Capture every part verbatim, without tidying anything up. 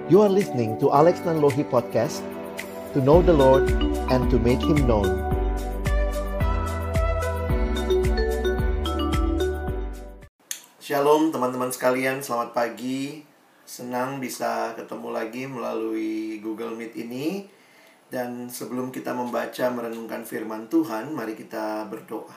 You are listening to Alex Nanlohi Podcast, to know the Lord and to make Him known. Shalom teman-teman sekalian, selamat pagi. Senang bisa ketemu lagi melalui Google Meet ini. Dan sebelum kita membaca merenungkan firman Tuhan, mari kita berdoa.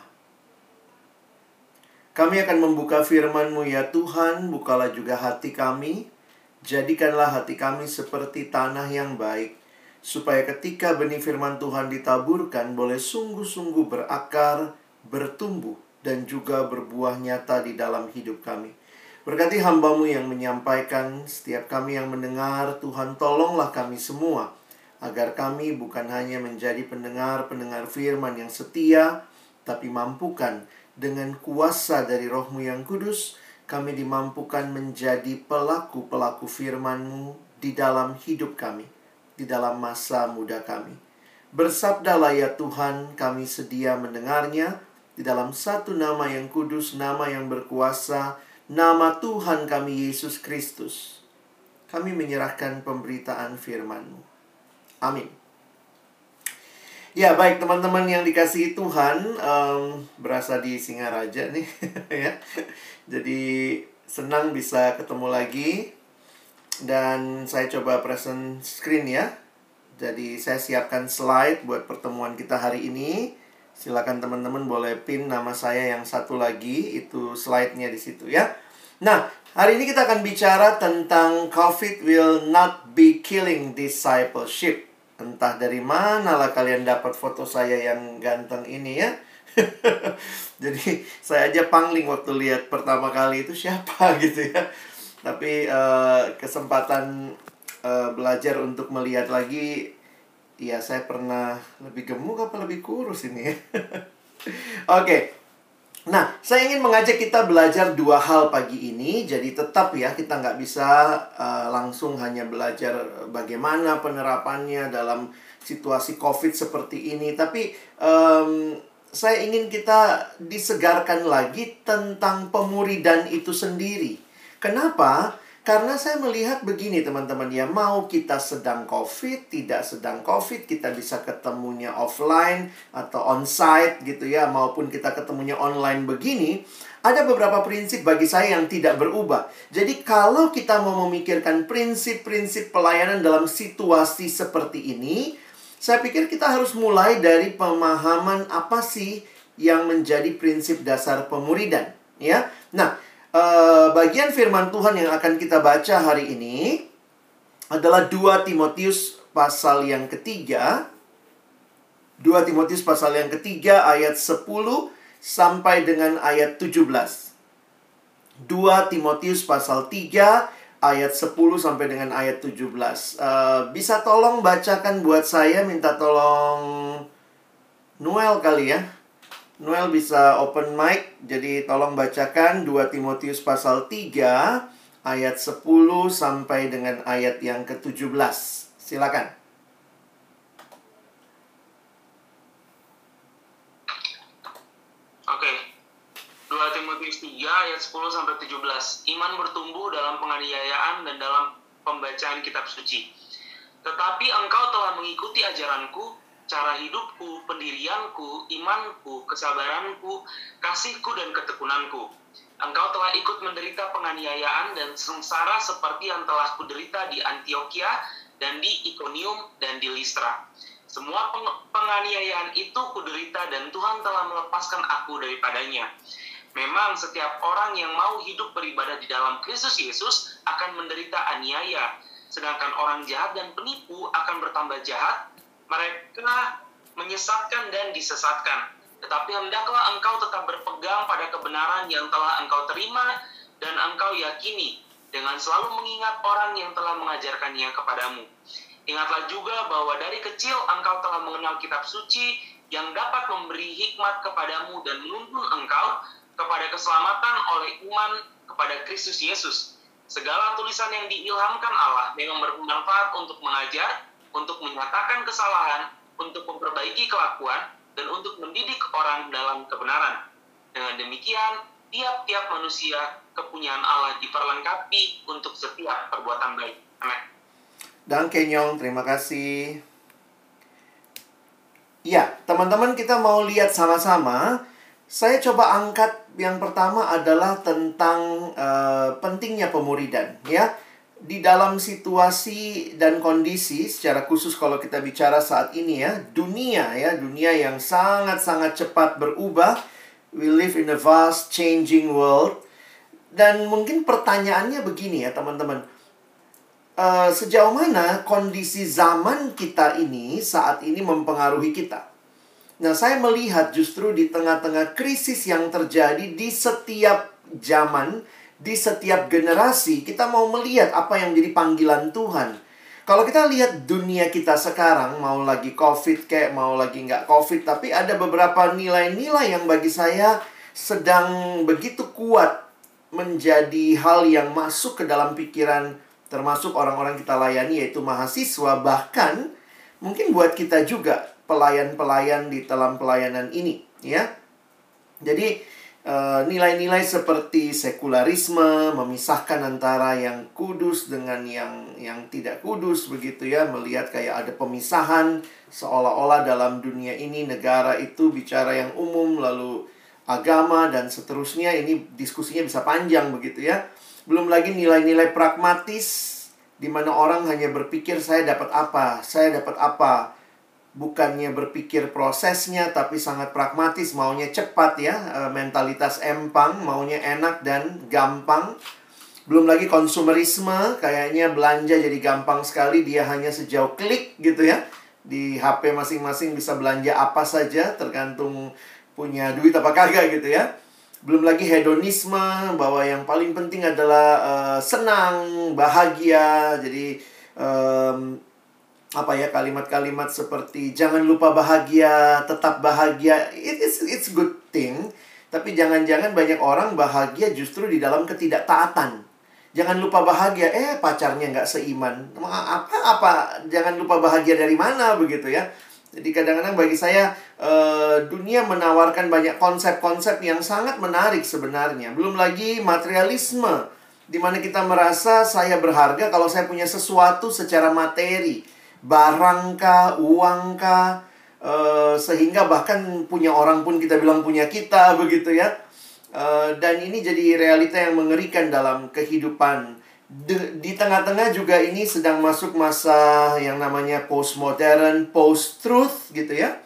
Kami akan membuka firman-Mu ya Tuhan, bukalah juga hati kami. Jadikanlah hati kami seperti tanah yang baik, supaya ketika benih firman Tuhan ditaburkan, boleh sungguh-sungguh berakar, bertumbuh, dan juga berbuah nyata di dalam hidup kami. Berkati hamba-Mu yang menyampaikan, setiap kami yang mendengar, Tuhan tolonglah kami semua, agar kami bukan hanya menjadi pendengar-pendengar firman yang setia, tapi mampukan dengan kuasa dari Roh-Mu yang kudus, kami dimampukan menjadi pelaku-pelaku firman-Mu di dalam hidup kami, di dalam masa muda kami. Bersabdalah ya Tuhan, kami sedia mendengarnya, di dalam satu nama yang kudus, nama yang berkuasa, nama Tuhan kami Yesus Kristus. Kami menyerahkan pemberitaan firman-Mu. Amin. Ya, baik teman-teman yang dikasihi Tuhan, um, berasa di Singaraja nih ya. Jadi senang bisa ketemu lagi. Dan saya coba present screen ya. Jadi saya siapkan slide buat pertemuan kita hari ini. Silakan teman-teman boleh pin nama saya yang satu lagi, itu slide-nya di situ ya. Nah, hari ini kita akan bicara tentang COVID will not be killing discipleship. Entah dari manalah kalian dapat foto saya yang ganteng ini ya. Jadi saya aja pangling waktu lihat pertama kali itu siapa gitu ya. Tapi uh, kesempatan uh, belajar untuk melihat lagi, ya saya pernah lebih gemuk apa lebih kurus ini ya. Oke. Okay. Nah, saya ingin mengajak kita belajar dua hal pagi ini. Jadi tetap ya, kita nggak bisa uh, langsung hanya belajar bagaimana penerapannya dalam situasi COVID seperti ini. Tapi um, saya ingin kita disegarkan lagi tentang pemuridan itu sendiri. Kenapa? Karena saya melihat begini teman-teman ya, mau kita sedang COVID, tidak sedang COVID, kita bisa ketemunya offline atau onsite gitu ya, maupun kita ketemunya online begini, ada beberapa prinsip bagi saya yang tidak berubah. Jadi kalau kita mau memikirkan prinsip-prinsip pelayanan dalam situasi seperti ini, saya pikir kita harus mulai dari pemahaman apa sih yang menjadi prinsip dasar pemuridan ya. Nah, Uh, bagian firman Tuhan yang akan kita baca hari ini adalah dua Timotius pasal yang ketiga. dua Timotius pasal yang ketiga ayat sepuluh sampai dengan ayat tujuh belas. dua Timotius pasal tiga ayat sepuluh sampai dengan ayat tujuh belas. Uh, bisa tolong bacakan buat saya, minta tolong Noel kali ya. Noel bisa open mic, jadi tolong bacakan dua Timotius pasal tiga ayat sepuluh sampai dengan ayat yang ke tujuh belas. Silakan. Oke. dua Timotius tiga ayat sepuluh sampai tujuh belas. Iman bertumbuh dalam penganiayaan dan dalam pembacaan kitab suci. Tetapi engkau telah mengikuti ajaranku, cara hidupku, pendirianku, imanku, kesabaranku, kasihku, dan ketekunanku. Engkau telah ikut menderita penganiayaan dan sengsara seperti yang telah kuderita di Antioquia dan di Iconium dan di Listra. Semua peng- penganiayaan itu kuderita dan Tuhan telah melepaskan aku daripadanya. Memang setiap orang yang mau hidup beribadah di dalam Kristus Yesus akan menderita aniaya, sedangkan orang jahat dan penipu akan bertambah jahat. Mereka menyesatkan dan disesatkan. Tetapi hendaklah engkau tetap berpegang pada kebenaran yang telah engkau terima dan engkau yakini, dengan selalu mengingat orang yang telah mengajarkannya kepadamu. Ingatlah juga bahwa dari kecil engkau telah mengenal kitab suci yang dapat memberi hikmat kepadamu dan menuntun engkau kepada keselamatan oleh iman kepada Kristus Yesus. Segala tulisan yang diilhamkan Allah memang bermanfaat untuk mengajar, untuk menyatakan kesalahan, untuk memperbaiki kelakuan, dan untuk mendidik orang dalam kebenaran. Dengan demikian, tiap-tiap manusia kepunyaan Allah diperlengkapi untuk setiap perbuatan baik. Amin. Dan Kenyong, terima kasih. Ya, teman-teman, kita mau lihat sama-sama. Saya coba angkat yang pertama adalah tentang uh, pentingnya pemuridan, ya. Di dalam situasi dan kondisi, secara khusus kalau kita bicara saat ini ya, dunia ya, dunia yang sangat-sangat cepat berubah. We live in a vast changing world. Dan mungkin pertanyaannya begini ya teman-teman, uh, sejauh mana kondisi zaman kita ini saat ini mempengaruhi kita? Nah, saya melihat justru di tengah-tengah krisis yang terjadi di setiap zaman, di setiap generasi, kita mau melihat apa yang menjadi panggilan Tuhan. Kalau kita lihat dunia kita sekarang, mau lagi COVID kayak, mau lagi nggak COVID, tapi ada beberapa nilai-nilai yang bagi saya sedang begitu kuat menjadi hal yang masuk ke dalam pikiran, termasuk orang-orang kita layani, yaitu mahasiswa, bahkan mungkin buat kita juga, pelayan-pelayan di dalam pelayanan ini, ya. Jadi, nilai-nilai uh, seperti sekularisme, memisahkan antara yang kudus dengan yang yang tidak kudus, begitu ya, melihat kayak ada pemisahan seolah-olah dalam dunia ini negara itu bicara yang umum, lalu agama dan seterusnya. Ini diskusinya bisa panjang begitu ya. Belum lagi nilai-nilai pragmatis di mana orang hanya berpikir saya dapat apa, saya dapat apa. Bukannya berpikir prosesnya, tapi sangat pragmatis, maunya cepat ya, mentalitas empang, maunya enak dan gampang. Belum lagi konsumerisme, kayaknya belanja jadi gampang sekali, dia hanya sejauh klik gitu ya. Di H P masing-masing bisa belanja apa saja, tergantung punya duit apa kagak gitu ya. Belum lagi hedonisme, bahwa yang paling penting adalah uh, senang, bahagia, jadi... Um, apa ya, kalimat-kalimat seperti jangan lupa bahagia, tetap bahagia. It is, it's good thing. Tapi jangan-jangan banyak orang bahagia justru di dalam ketidaktaatan. Jangan lupa bahagia, eh pacarnya nggak seiman. Apa-apa, jangan lupa bahagia dari mana begitu ya. Jadi kadang-kadang bagi saya uh, dunia menawarkan banyak konsep-konsep yang sangat menarik sebenarnya. Belum lagi materialisme, di mana kita merasa saya berharga kalau saya punya sesuatu secara materi. Barangkah, uangkah, uh, sehingga bahkan punya orang pun kita bilang punya kita, begitu ya. Uh, dan ini jadi realita yang mengerikan dalam kehidupan. De, di tengah-tengah juga ini sedang masuk masa yang namanya postmodern, post-truth gitu ya.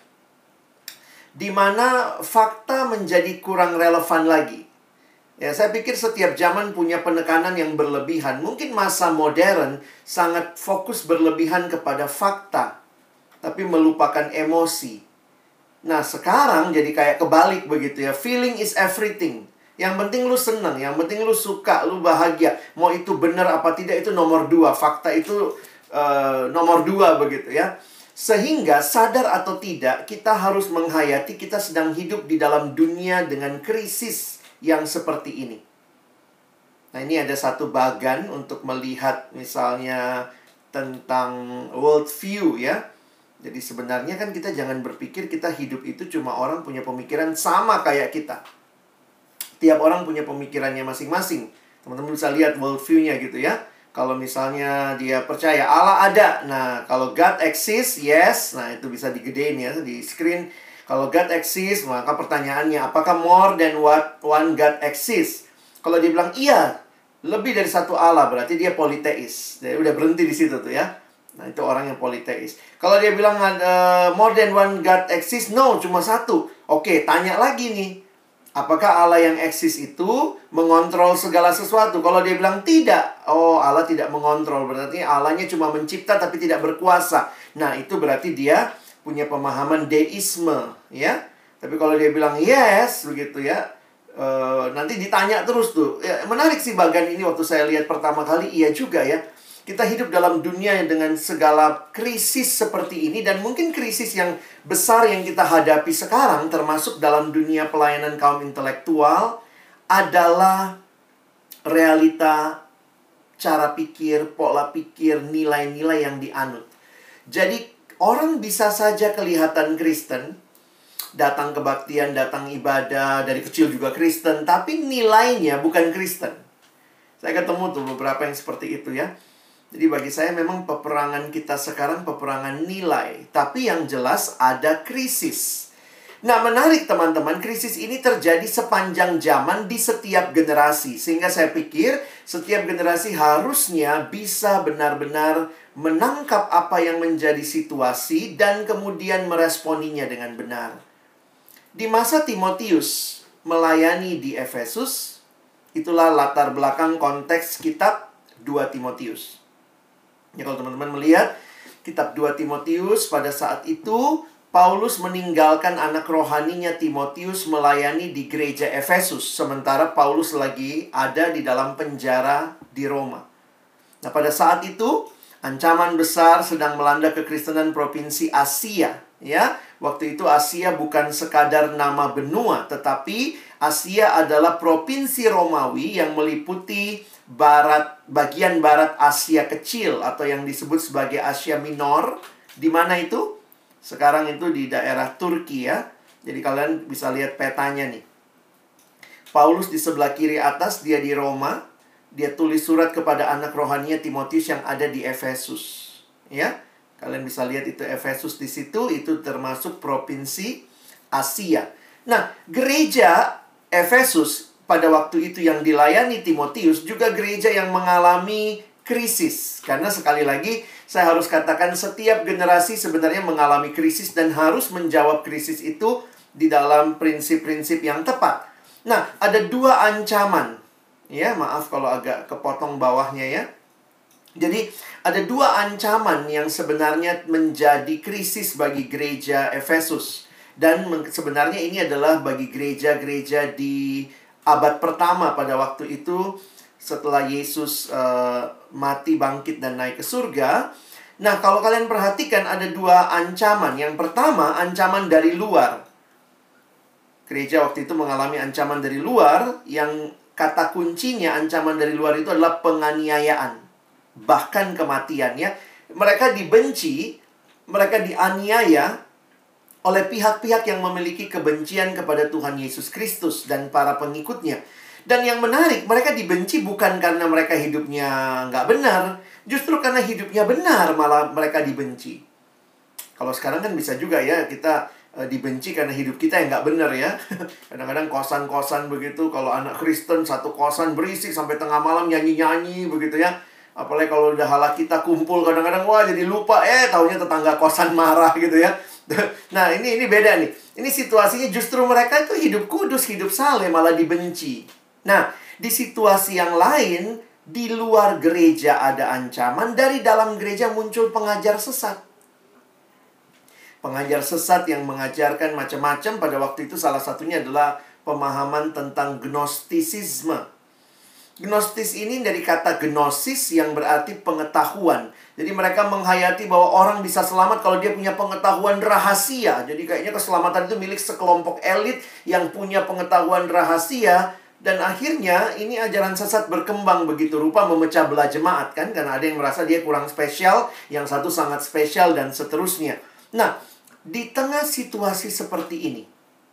Di mana fakta menjadi kurang relevan lagi. Ya, saya pikir setiap zaman punya penekanan yang berlebihan. Mungkin masa modern sangat fokus berlebihan kepada fakta, tapi melupakan emosi. Nah, sekarang jadi kayak kebalik begitu ya. Feeling is everything. Yang penting lu senang, yang penting lu suka, lu bahagia. Mau itu benar apa tidak, itu nomor dua. Fakta itu uh, nomor dua begitu ya. Sehingga sadar atau tidak, kita harus menghayati kita sedang hidup di dalam dunia dengan krisis yang seperti ini. Nah, ini ada satu bagan untuk melihat misalnya tentang world view ya. Jadi sebenarnya kan kita jangan berpikir kita hidup itu cuma orang punya pemikiran sama kayak kita. Tiap orang punya pemikirannya masing-masing. Teman-teman bisa lihat world view-nya gitu ya. Kalau misalnya dia percaya Allah ada. Nah, kalau God exists, yes. Nah, itu bisa digedein ya di screen. Kalau God exists, maka pertanyaannya, apakah more than what one God exists? Kalau dia bilang iya, lebih dari satu Allah, berarti dia politeis. Dia udah berhenti di situ tuh ya. Nah, itu orang yang politeis. Kalau dia bilang uh, more than one God exists, no, cuma satu. Oke, tanya lagi nih. Apakah Allah yang eksis itu mengontrol segala sesuatu? Kalau dia bilang tidak, oh Allah tidak mengontrol. Berarti Allahnya cuma mencipta tapi tidak berkuasa. Nah, itu berarti dia punya pemahaman deisme, ya. Tapi kalau dia bilang yes, begitu ya, e, nanti ditanya terus tuh. Ya, menarik sih bagan ini waktu saya lihat pertama kali, iya juga ya. Kita hidup dalam dunia dengan segala krisis seperti ini, dan mungkin krisis yang besar yang kita hadapi sekarang, termasuk dalam dunia pelayanan kaum intelektual, adalah realita cara pikir, pola pikir, nilai-nilai yang dianut. Jadi orang bisa saja kelihatan Kristen, datang kebaktian, datang ibadah, dari kecil juga Kristen, tapi nilainya bukan Kristen. Saya ketemu tuh beberapa yang seperti itu ya. Jadi bagi saya memang peperangan kita sekarang peperangan nilai. Tapi yang jelas ada krisis. Nah, menarik teman-teman, krisis ini terjadi sepanjang zaman di setiap generasi. Sehingga saya pikir setiap generasi harusnya bisa benar-benar menangkap apa yang menjadi situasi dan kemudian meresponinya dengan benar. Di masa Timotius melayani di Efesus, itulah latar belakang konteks kitab dua Timotius. Ya, kalau teman-teman melihat kitab dua Timotius, pada saat itu Paulus meninggalkan anak rohaninya Timotius melayani di gereja Efesus, sementara Paulus lagi ada di dalam penjara di Roma. Nah, pada saat itu ancaman besar sedang melanda kekristenan provinsi Asia, ya. Waktu itu Asia bukan sekadar nama benua, tetapi Asia adalah provinsi Romawi yang meliputi barat, bagian barat Asia kecil atau yang disebut sebagai Asia Minor. Di mana itu? Sekarang itu di daerah Turki, ya. Jadi kalian bisa lihat petanya nih. Paulus di sebelah kiri atas, dia di Roma. Dia tulis surat kepada anak rohaninya Timotius yang ada di Efesus, ya. Kalian bisa lihat itu Efesus di situ, itu termasuk provinsi Asia. Nah, gereja Efesus pada waktu itu yang dilayani Timotius juga gereja yang mengalami krisis. Karena sekali lagi saya harus katakan setiap generasi sebenarnya mengalami krisis dan harus menjawab krisis itu di dalam prinsip-prinsip yang tepat. Nah, ada dua ancaman. Ya, maaf kalau agak kepotong bawahnya ya. Jadi, ada dua ancaman yang sebenarnya menjadi krisis bagi gereja Efesus. Dan sebenarnya ini adalah bagi gereja-gereja di abad pertama pada waktu itu setelah Yesus uh, mati, bangkit, dan naik ke surga. Nah, kalau kalian perhatikan ada dua ancaman. Yang pertama, ancaman dari luar. Gereja waktu itu mengalami ancaman dari luar yang kata kuncinya ancaman dari luar itu adalah penganiayaan. Bahkan kematian, ya. Mereka dibenci, mereka dianiaya oleh pihak-pihak yang memiliki kebencian kepada Tuhan Yesus Kristus dan para pengikutnya. Dan yang menarik, mereka dibenci bukan karena mereka hidupnya nggak benar. Justru karena hidupnya benar, malah mereka dibenci. Kalau sekarang kan bisa juga ya, kita e, dibenci karena hidup kita yang nggak benar ya. Kadang-kadang kosan-kosan begitu, kalau anak Kristen satu kosan berisik sampai tengah malam nyanyi-nyanyi begitu ya. Apalagi kalau udah hala kita kumpul, kadang-kadang wah jadi lupa, eh taunya tetangga kosan marah gitu ya. Nah ini ini beda nih. Ini situasinya justru mereka itu hidup kudus, hidup saleh, malah dibenci. Nah, di situasi yang lain, di luar gereja ada ancaman, dari dalam gereja muncul pengajar sesat. Pengajar sesat yang mengajarkan macam-macam. Pada waktu itu salah satunya adalah pemahaman tentang gnostisisme. Gnostis ini dari kata gnosis yang berarti pengetahuan. Jadi mereka menghayati bahwa orang bisa selamat kalau dia punya pengetahuan rahasia. Jadi kayaknya keselamatan itu milik sekelompok elit yang punya pengetahuan rahasia. Dan akhirnya ini ajaran sesat berkembang begitu rupa, memecah belah jemaat kan. Karena ada yang merasa dia kurang spesial, yang satu sangat spesial, dan seterusnya. Nah, di tengah situasi seperti ini,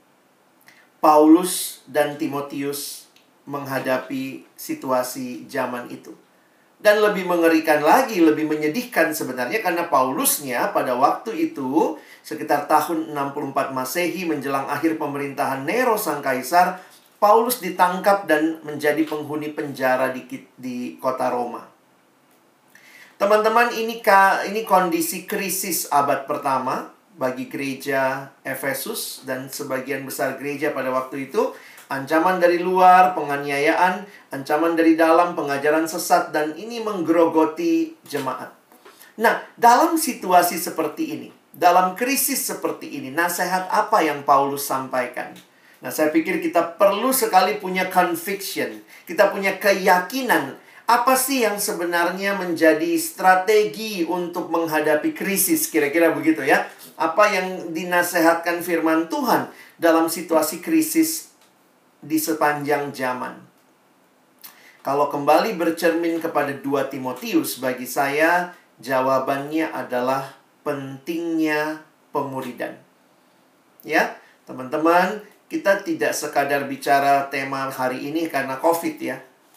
Paulus dan Timotius menghadapi situasi zaman itu. Dan lebih mengerikan lagi, lebih menyedihkan sebenarnya, karena Paulusnya pada waktu itu sekitar tahun enam puluh empat Masehi menjelang akhir pemerintahan Nero sang kaisar, Paulus ditangkap dan menjadi penghuni penjara di, di kota Roma. Teman-teman, ini ini kondisi krisis abad pertama bagi gereja Efesus dan sebagian besar gereja pada waktu itu. Ancaman dari luar, penganiayaan, ancaman dari dalam, pengajaran sesat, dan ini menggerogoti jemaat. Nah, dalam situasi seperti ini, dalam krisis seperti ini, nasihat apa yang Paulus sampaikan? Nah, saya pikir kita perlu sekali punya conviction. Kita punya keyakinan. Apa sih yang sebenarnya menjadi strategi untuk menghadapi krisis? Kira-kira begitu ya. Apa yang dinasehatkan firman Tuhan dalam situasi krisis di sepanjang zaman. Kalau kembali bercermin kepada dua Timotius, bagi saya jawabannya adalah pentingnya pemuridan. Ya, teman-teman, kita tidak sekadar bicara tema hari ini karena COVID ya.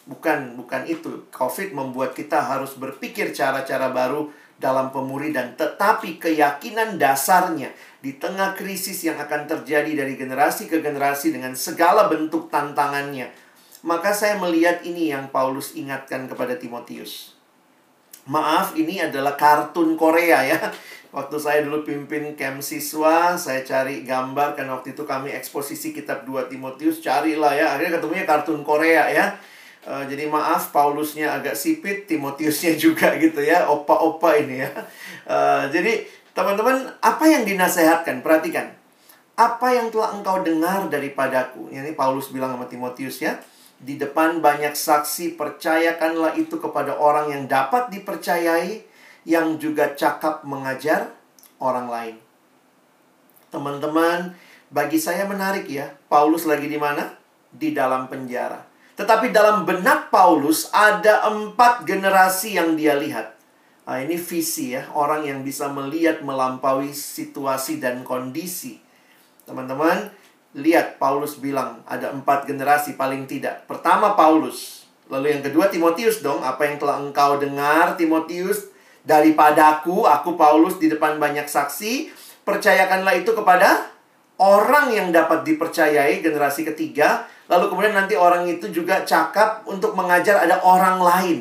Bukan, bukan itu. COVID membuat kita harus berpikir cara-cara baru dalam pemuridan. Tetapi keyakinan dasarnya di tengah krisis yang akan terjadi dari generasi ke generasi dengan segala bentuk tantangannya. Maka saya melihat ini yang Paulus ingatkan kepada Timotius. Maaf, ini adalah kartun Korea ya. Waktu saya dulu pimpin camp siswa, saya cari gambar. Karena waktu itu kami eksposisi kitab dua Timotius. Carilah ya, akhirnya ketemunya kartun Korea ya. Uh, jadi maaf, Paulusnya agak sipit, Timotiusnya juga gitu ya. Opa-opa ini ya. Uh, jadi teman-teman, apa yang dinasehatkan? Perhatikan. Apa yang telah engkau dengar daripadaku? Ini Paulus bilang sama Timotius ya. Di depan banyak saksi, percayakanlah itu kepada orang yang dapat dipercayai, yang juga cakap mengajar orang lain. Teman-teman, bagi saya menarik ya. Paulus lagi di mana? Di dalam penjara. Tetapi dalam benak Paulus ada empat generasi yang dia lihat. Nah, ini visi ya. Orang yang bisa melihat melampaui situasi dan kondisi. Teman-teman, lihat Paulus bilang ada empat generasi paling tidak. Pertama Paulus. Lalu yang kedua Timotius dong. Apa yang telah engkau dengar Timotius daripadaku, aku Paulus di depan banyak saksi. Percayakanlah itu kepada orang yang dapat dipercayai, generasi ketiga. Lalu kemudian nanti orang itu juga cakap untuk mengajar ada orang lain.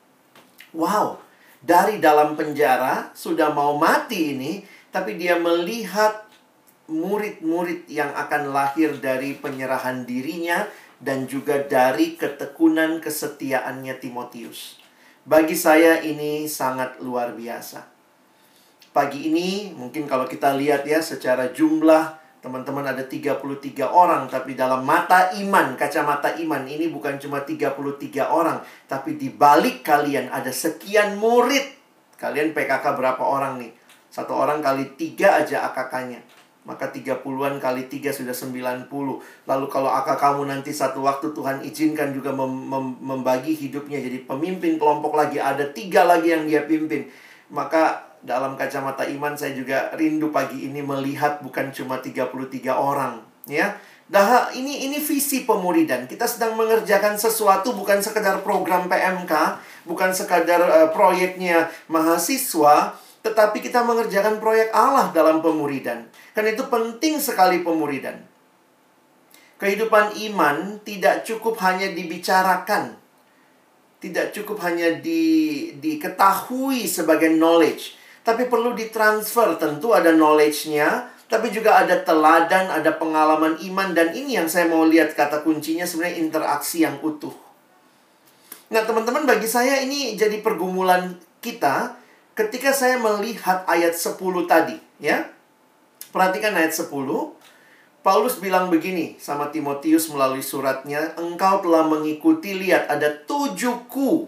Wow, dari dalam penjara sudah mau mati ini, tapi dia melihat murid-murid yang akan lahir dari penyerahan dirinya dan juga dari ketekunan kesetiaannya Timotius. Bagi saya ini sangat luar biasa. Pagi ini mungkin kalau kita lihat ya secara jumlah, teman-teman ada tiga puluh tiga orang, tapi dalam mata iman, kacamata iman ini bukan cuma tiga puluh tiga orang, tapi di balik kalian ada sekian murid. Kalian P K K berapa orang nih? Satu orang kali tiga aja A K K-nya. Maka tiga puluhan kali tiga sudah sembilan puluh. Lalu kalau A K kamu nanti satu waktu Tuhan izinkan juga mem mem membagi hidupnya jadi pemimpin kelompok lagi, ada tiga lagi yang dia pimpin. Maka dalam kacamata iman saya juga rindu pagi ini melihat bukan cuma tiga puluh tiga orang ya. Dah ini ini visi pemuridan. Kita sedang mengerjakan sesuatu, bukan sekedar program P M K, bukan sekadar uh, proyeknya mahasiswa, tetapi kita mengerjakan proyek Allah dalam pemuridan. Karena itu penting sekali pemuridan. Kehidupan iman tidak cukup hanya dibicarakan, tidak cukup hanya di, diketahui sebagai knowledge, tapi perlu ditransfer. Tentu ada knowledge-nya, tapi juga ada teladan, ada pengalaman iman. Dan ini yang saya mau lihat kata kuncinya sebenarnya interaksi yang utuh. Nah teman-teman, bagi saya ini jadi pergumulan kita ketika saya melihat ayat sepuluh tadi ya. Perhatikan ayat sepuluh. Paulus bilang begini sama Timotius melalui suratnya, engkau telah mengikuti, lihat ada tujuhku,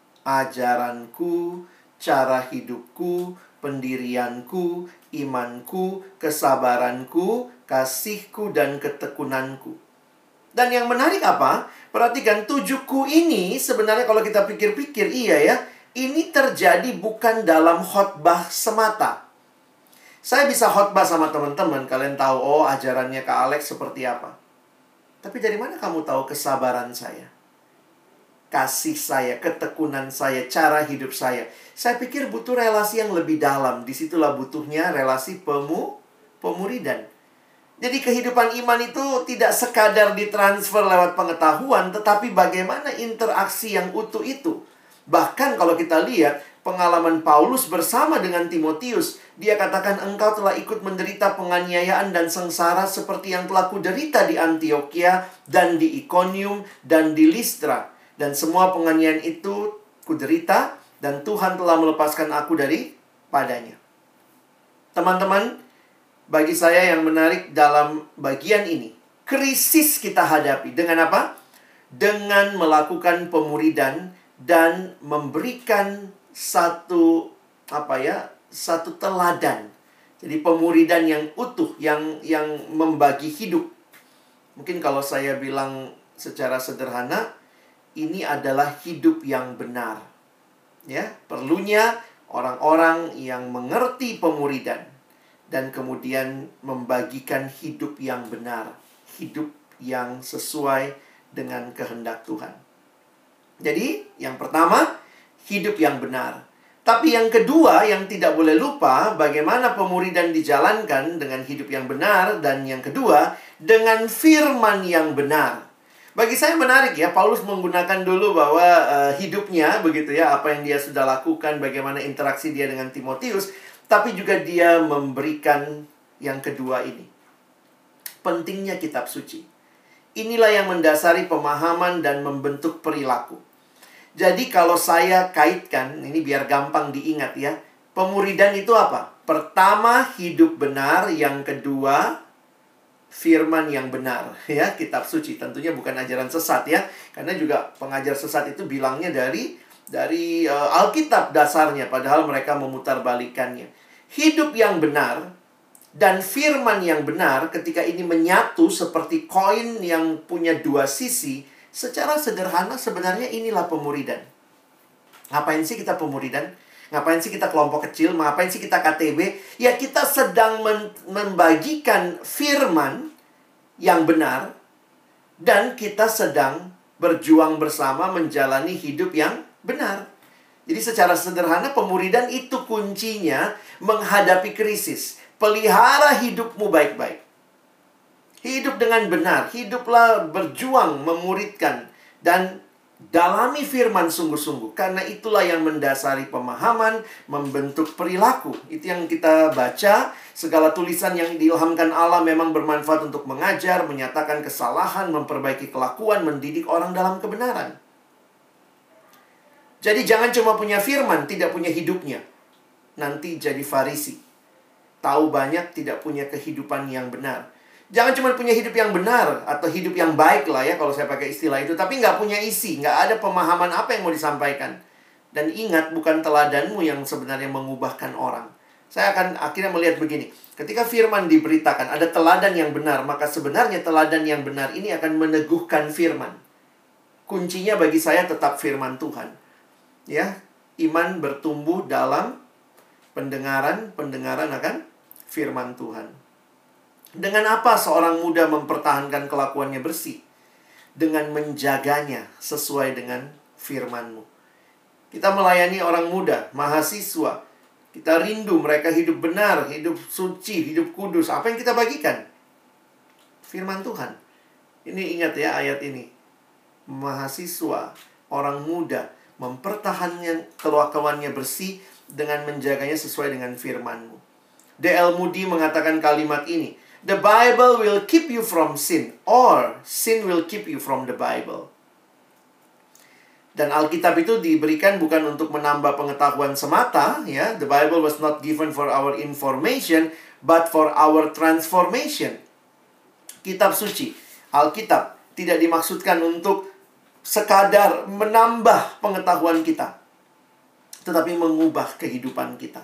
ajaranku, cara hidupku, pendirianku, imanku, kesabaranku, kasihku, dan ketekunanku. Dan yang menarik apa? Perhatikan, tujuhku ini sebenarnya kalau kita pikir-pikir, iya ya, ini terjadi bukan dalam khotbah semata. Saya bisa khotbah sama teman-teman, kalian tahu, oh ajarannya Kak Alex seperti apa. Tapi dari mana kamu tahu kesabaran saya? Kasih saya, ketekunan saya, cara hidup saya. Saya pikir butuh relasi yang lebih dalam. Disitulah butuhnya relasi pemu, pemuridan. Jadi kehidupan iman itu tidak sekadar ditransfer lewat pengetahuan, tetapi bagaimana interaksi yang utuh itu. Bahkan kalau kita lihat pengalaman Paulus bersama dengan Timotius, dia katakan engkau telah ikut menderita penganiayaan dan sengsara seperti yang telah kuderita di Antioquia dan di Iconium dan di Listra. Dan semua penganiayaan itu kuderita dan Tuhan telah melepaskan aku dari padanya. Teman-teman, bagi saya yang menarik dalam bagian ini, krisis kita hadapi dengan apa? Dengan melakukan pemuridan dan memberikan satu apa ya, satu teladan. Jadi pemuridan yang utuh, yang yang membagi hidup. Mungkin kalau saya bilang secara sederhana, ini adalah hidup yang benar. Ya, perlunya orang-orang yang mengerti pemuridan dan kemudian membagikan hidup yang benar, hidup yang sesuai dengan kehendak Tuhan. Jadi, yang pertama, hidup yang benar. Tapi yang kedua, yang tidak boleh lupa, bagaimana pemuridan dijalankan dengan hidup yang benar. Dan yang kedua, dengan firman yang benar. Bagi saya menarik ya, Paulus menggunakan dulu bahwa uh, hidupnya, begitu ya, apa yang dia sudah lakukan, bagaimana interaksi dia dengan Timotius. Tapi juga dia memberikan yang kedua ini. Pentingnya kitab suci. Inilah yang mendasari pemahaman dan membentuk perilaku. Jadi kalau saya kaitkan, ini biar gampang diingat ya. Pemuridan itu apa? Pertama, hidup benar. Yang kedua, firman yang benar. Ya, kitab suci. Tentunya bukan ajaran sesat ya. Karena juga pengajar sesat itu bilangnya dari dari uh, Alkitab dasarnya. Padahal mereka memutarbalikannya. Hidup yang benar dan firman yang benar ketika ini menyatu seperti koin yang punya dua sisi. Secara sederhana sebenarnya inilah pemuridan. Ngapain sih kita pemuridan? Ngapain sih kita kelompok kecil? Ngapain sih kita K T B? Ya kita sedang membagikan firman yang benar. Dan kita sedang berjuang bersama menjalani hidup yang benar. Jadi secara sederhana pemuridan itu kuncinya menghadapi krisis. Pelihara hidupmu baik-baik. Hidup dengan benar. Hiduplah berjuang memuridkan. Dan dalami firman sungguh-sungguh. Karena itulah yang mendasari pemahaman, membentuk perilaku. Itu yang kita baca. Segala tulisan yang diilhamkan Allah memang bermanfaat untuk mengajar, menyatakan kesalahan, memperbaiki kelakuan, mendidik orang dalam kebenaran. Jadi jangan cuma punya firman, tidak punya hidupnya. Nanti jadi Farisi. Tahu banyak, tidak punya kehidupan yang benar. Jangan cuma punya hidup yang benar atau hidup yang baik lah ya kalau saya pakai istilah itu. Tapi nggak punya isi, nggak ada pemahaman apa yang mau disampaikan. Dan ingat, bukan teladanmu yang sebenarnya mengubahkan orang. Saya akan akhirnya melihat begini. Ketika firman diberitakan, ada teladan yang benar. Maka sebenarnya teladan yang benar ini akan meneguhkan firman. Kuncinya bagi saya tetap firman Tuhan. Ya, iman bertumbuh dalam pendengaran, pendengaran akan firman Tuhan. Dengan apa seorang muda mempertahankan kelakuannya bersih? Dengan menjaganya sesuai dengan firman-Mu. Kita melayani orang muda, mahasiswa. Kita rindu mereka hidup benar, hidup suci, hidup kudus. Apa yang kita bagikan? Firman Tuhan. Ini ingat ya ayat ini. Mahasiswa, orang muda, mempertahankan kelakuannya bersih dengan menjaganya sesuai dengan firman-Mu. D L Moody mengatakan kalimat ini. The Bible will keep you from sin, or sin will keep you from the Bible. Dan Alkitab itu diberikan bukan untuk menambah pengetahuan semata, ya. The Bible was not given for our information, but for our transformation. Kitab suci, Alkitab, tidak dimaksudkan untuk sekadar menambah pengetahuan kita, tetapi mengubah kehidupan kita.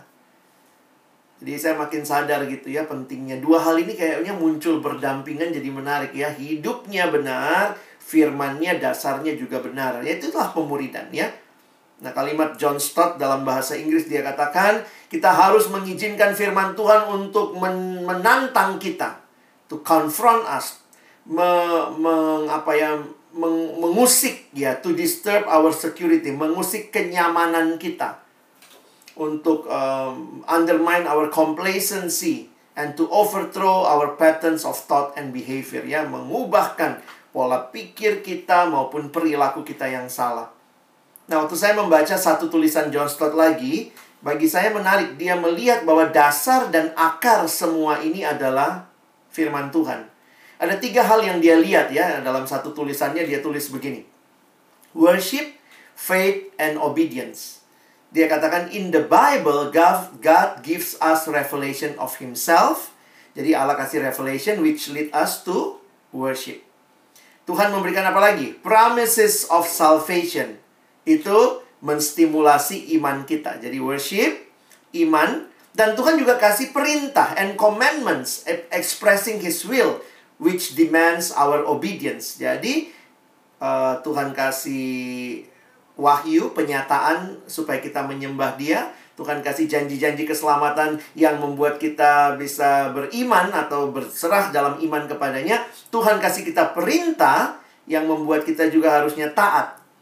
Jadi saya makin sadar gitu ya pentingnya. Dua hal ini kayaknya muncul berdampingan jadi menarik ya. Hidupnya benar, firmannya dasarnya juga benar. Ya itulah pemuridan ya. Nah kalimat John Stott dalam bahasa Inggris dia katakan, kita harus mengizinkan firman Tuhan untuk men menantang kita. To confront us. Me meng apa ya, meng mengusik ya. To disturb our security. Mengusik kenyamanan kita. Untuk um, undermine our complacency and to overthrow our patterns of thought and behavior, ya, mengubahkan pola pikir kita maupun perilaku kita yang salah. Nah, waktu saya membaca satu tulisan John Stott lagi, bagi saya menarik. Dia melihat bahwa dasar dan akar semua ini adalah firman Tuhan. Ada tiga hal yang dia lihat ya dalam satu tulisannya. Dia tulis begini: worship, faith, and obedience. Dia katakan, in the Bible, God, God gives us revelation of Himself. Jadi Allah kasih revelation which lead us to worship. Tuhan memberikan apa lagi? Promises of salvation. Itu menstimulasi iman kita. Jadi worship, iman. Dan Tuhan juga kasih perintah and commandments expressing His will, which demands our obedience. Jadi uh, Tuhan kasih wahyu, penyataan supaya kita menyembah Dia. Tuhan kasih janji-janji keselamatan yang membuat kita bisa beriman atau berserah dalam iman kepadanya. Tuhan kasih kita perintah yang membuat kita juga harusnya taat.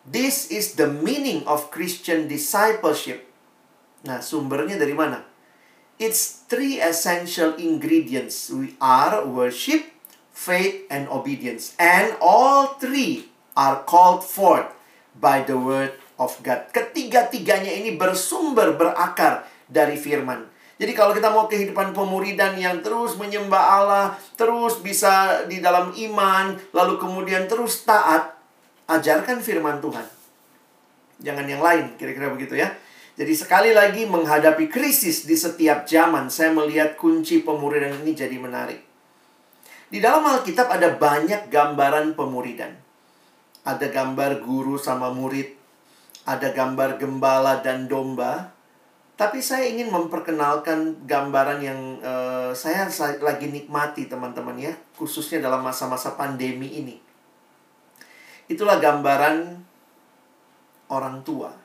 This is the meaning of Christian discipleship. Nah, sumbernya dari mana? It's three essential ingredients. We are worship, faith, and obedience. And all three are called forth by the word of God. Ketiga-tiganya ini bersumber, berakar dari firman. Jadi kalau kita mau kehidupan pemuridan yang terus menyembah Allah, terus bisa di dalam iman, lalu kemudian terus taat, ajarkan firman Tuhan. Jangan yang lain, kira-kira begitu ya. Jadi sekali lagi menghadapi krisis di setiap zaman, saya melihat kunci pemuridan ini jadi menarik. Di dalam Alkitab ada banyak gambaran pemuridan. Ada gambar guru sama murid, ada gambar gembala dan domba. Tapi saya ingin memperkenalkan gambaran yang uh, saya lagi nikmati teman-teman ya, khususnya dalam masa-masa pandemi ini. Itulah gambaran orang tua.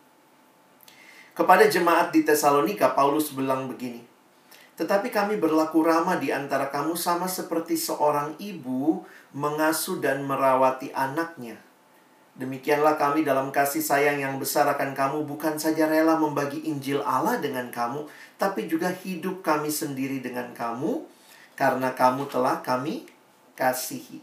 Kepada jemaat di Tesalonika, Paulus bilang begini, tetapi kami berlaku ramah di antara kamu sama seperti seorang ibu mengasuh dan merawati anaknya. Demikianlah kami dalam kasih sayang yang besar akan kamu, bukan saja rela membagi Injil Allah dengan kamu, tapi juga hidup kami sendiri dengan kamu, karena kamu telah kami kasihi.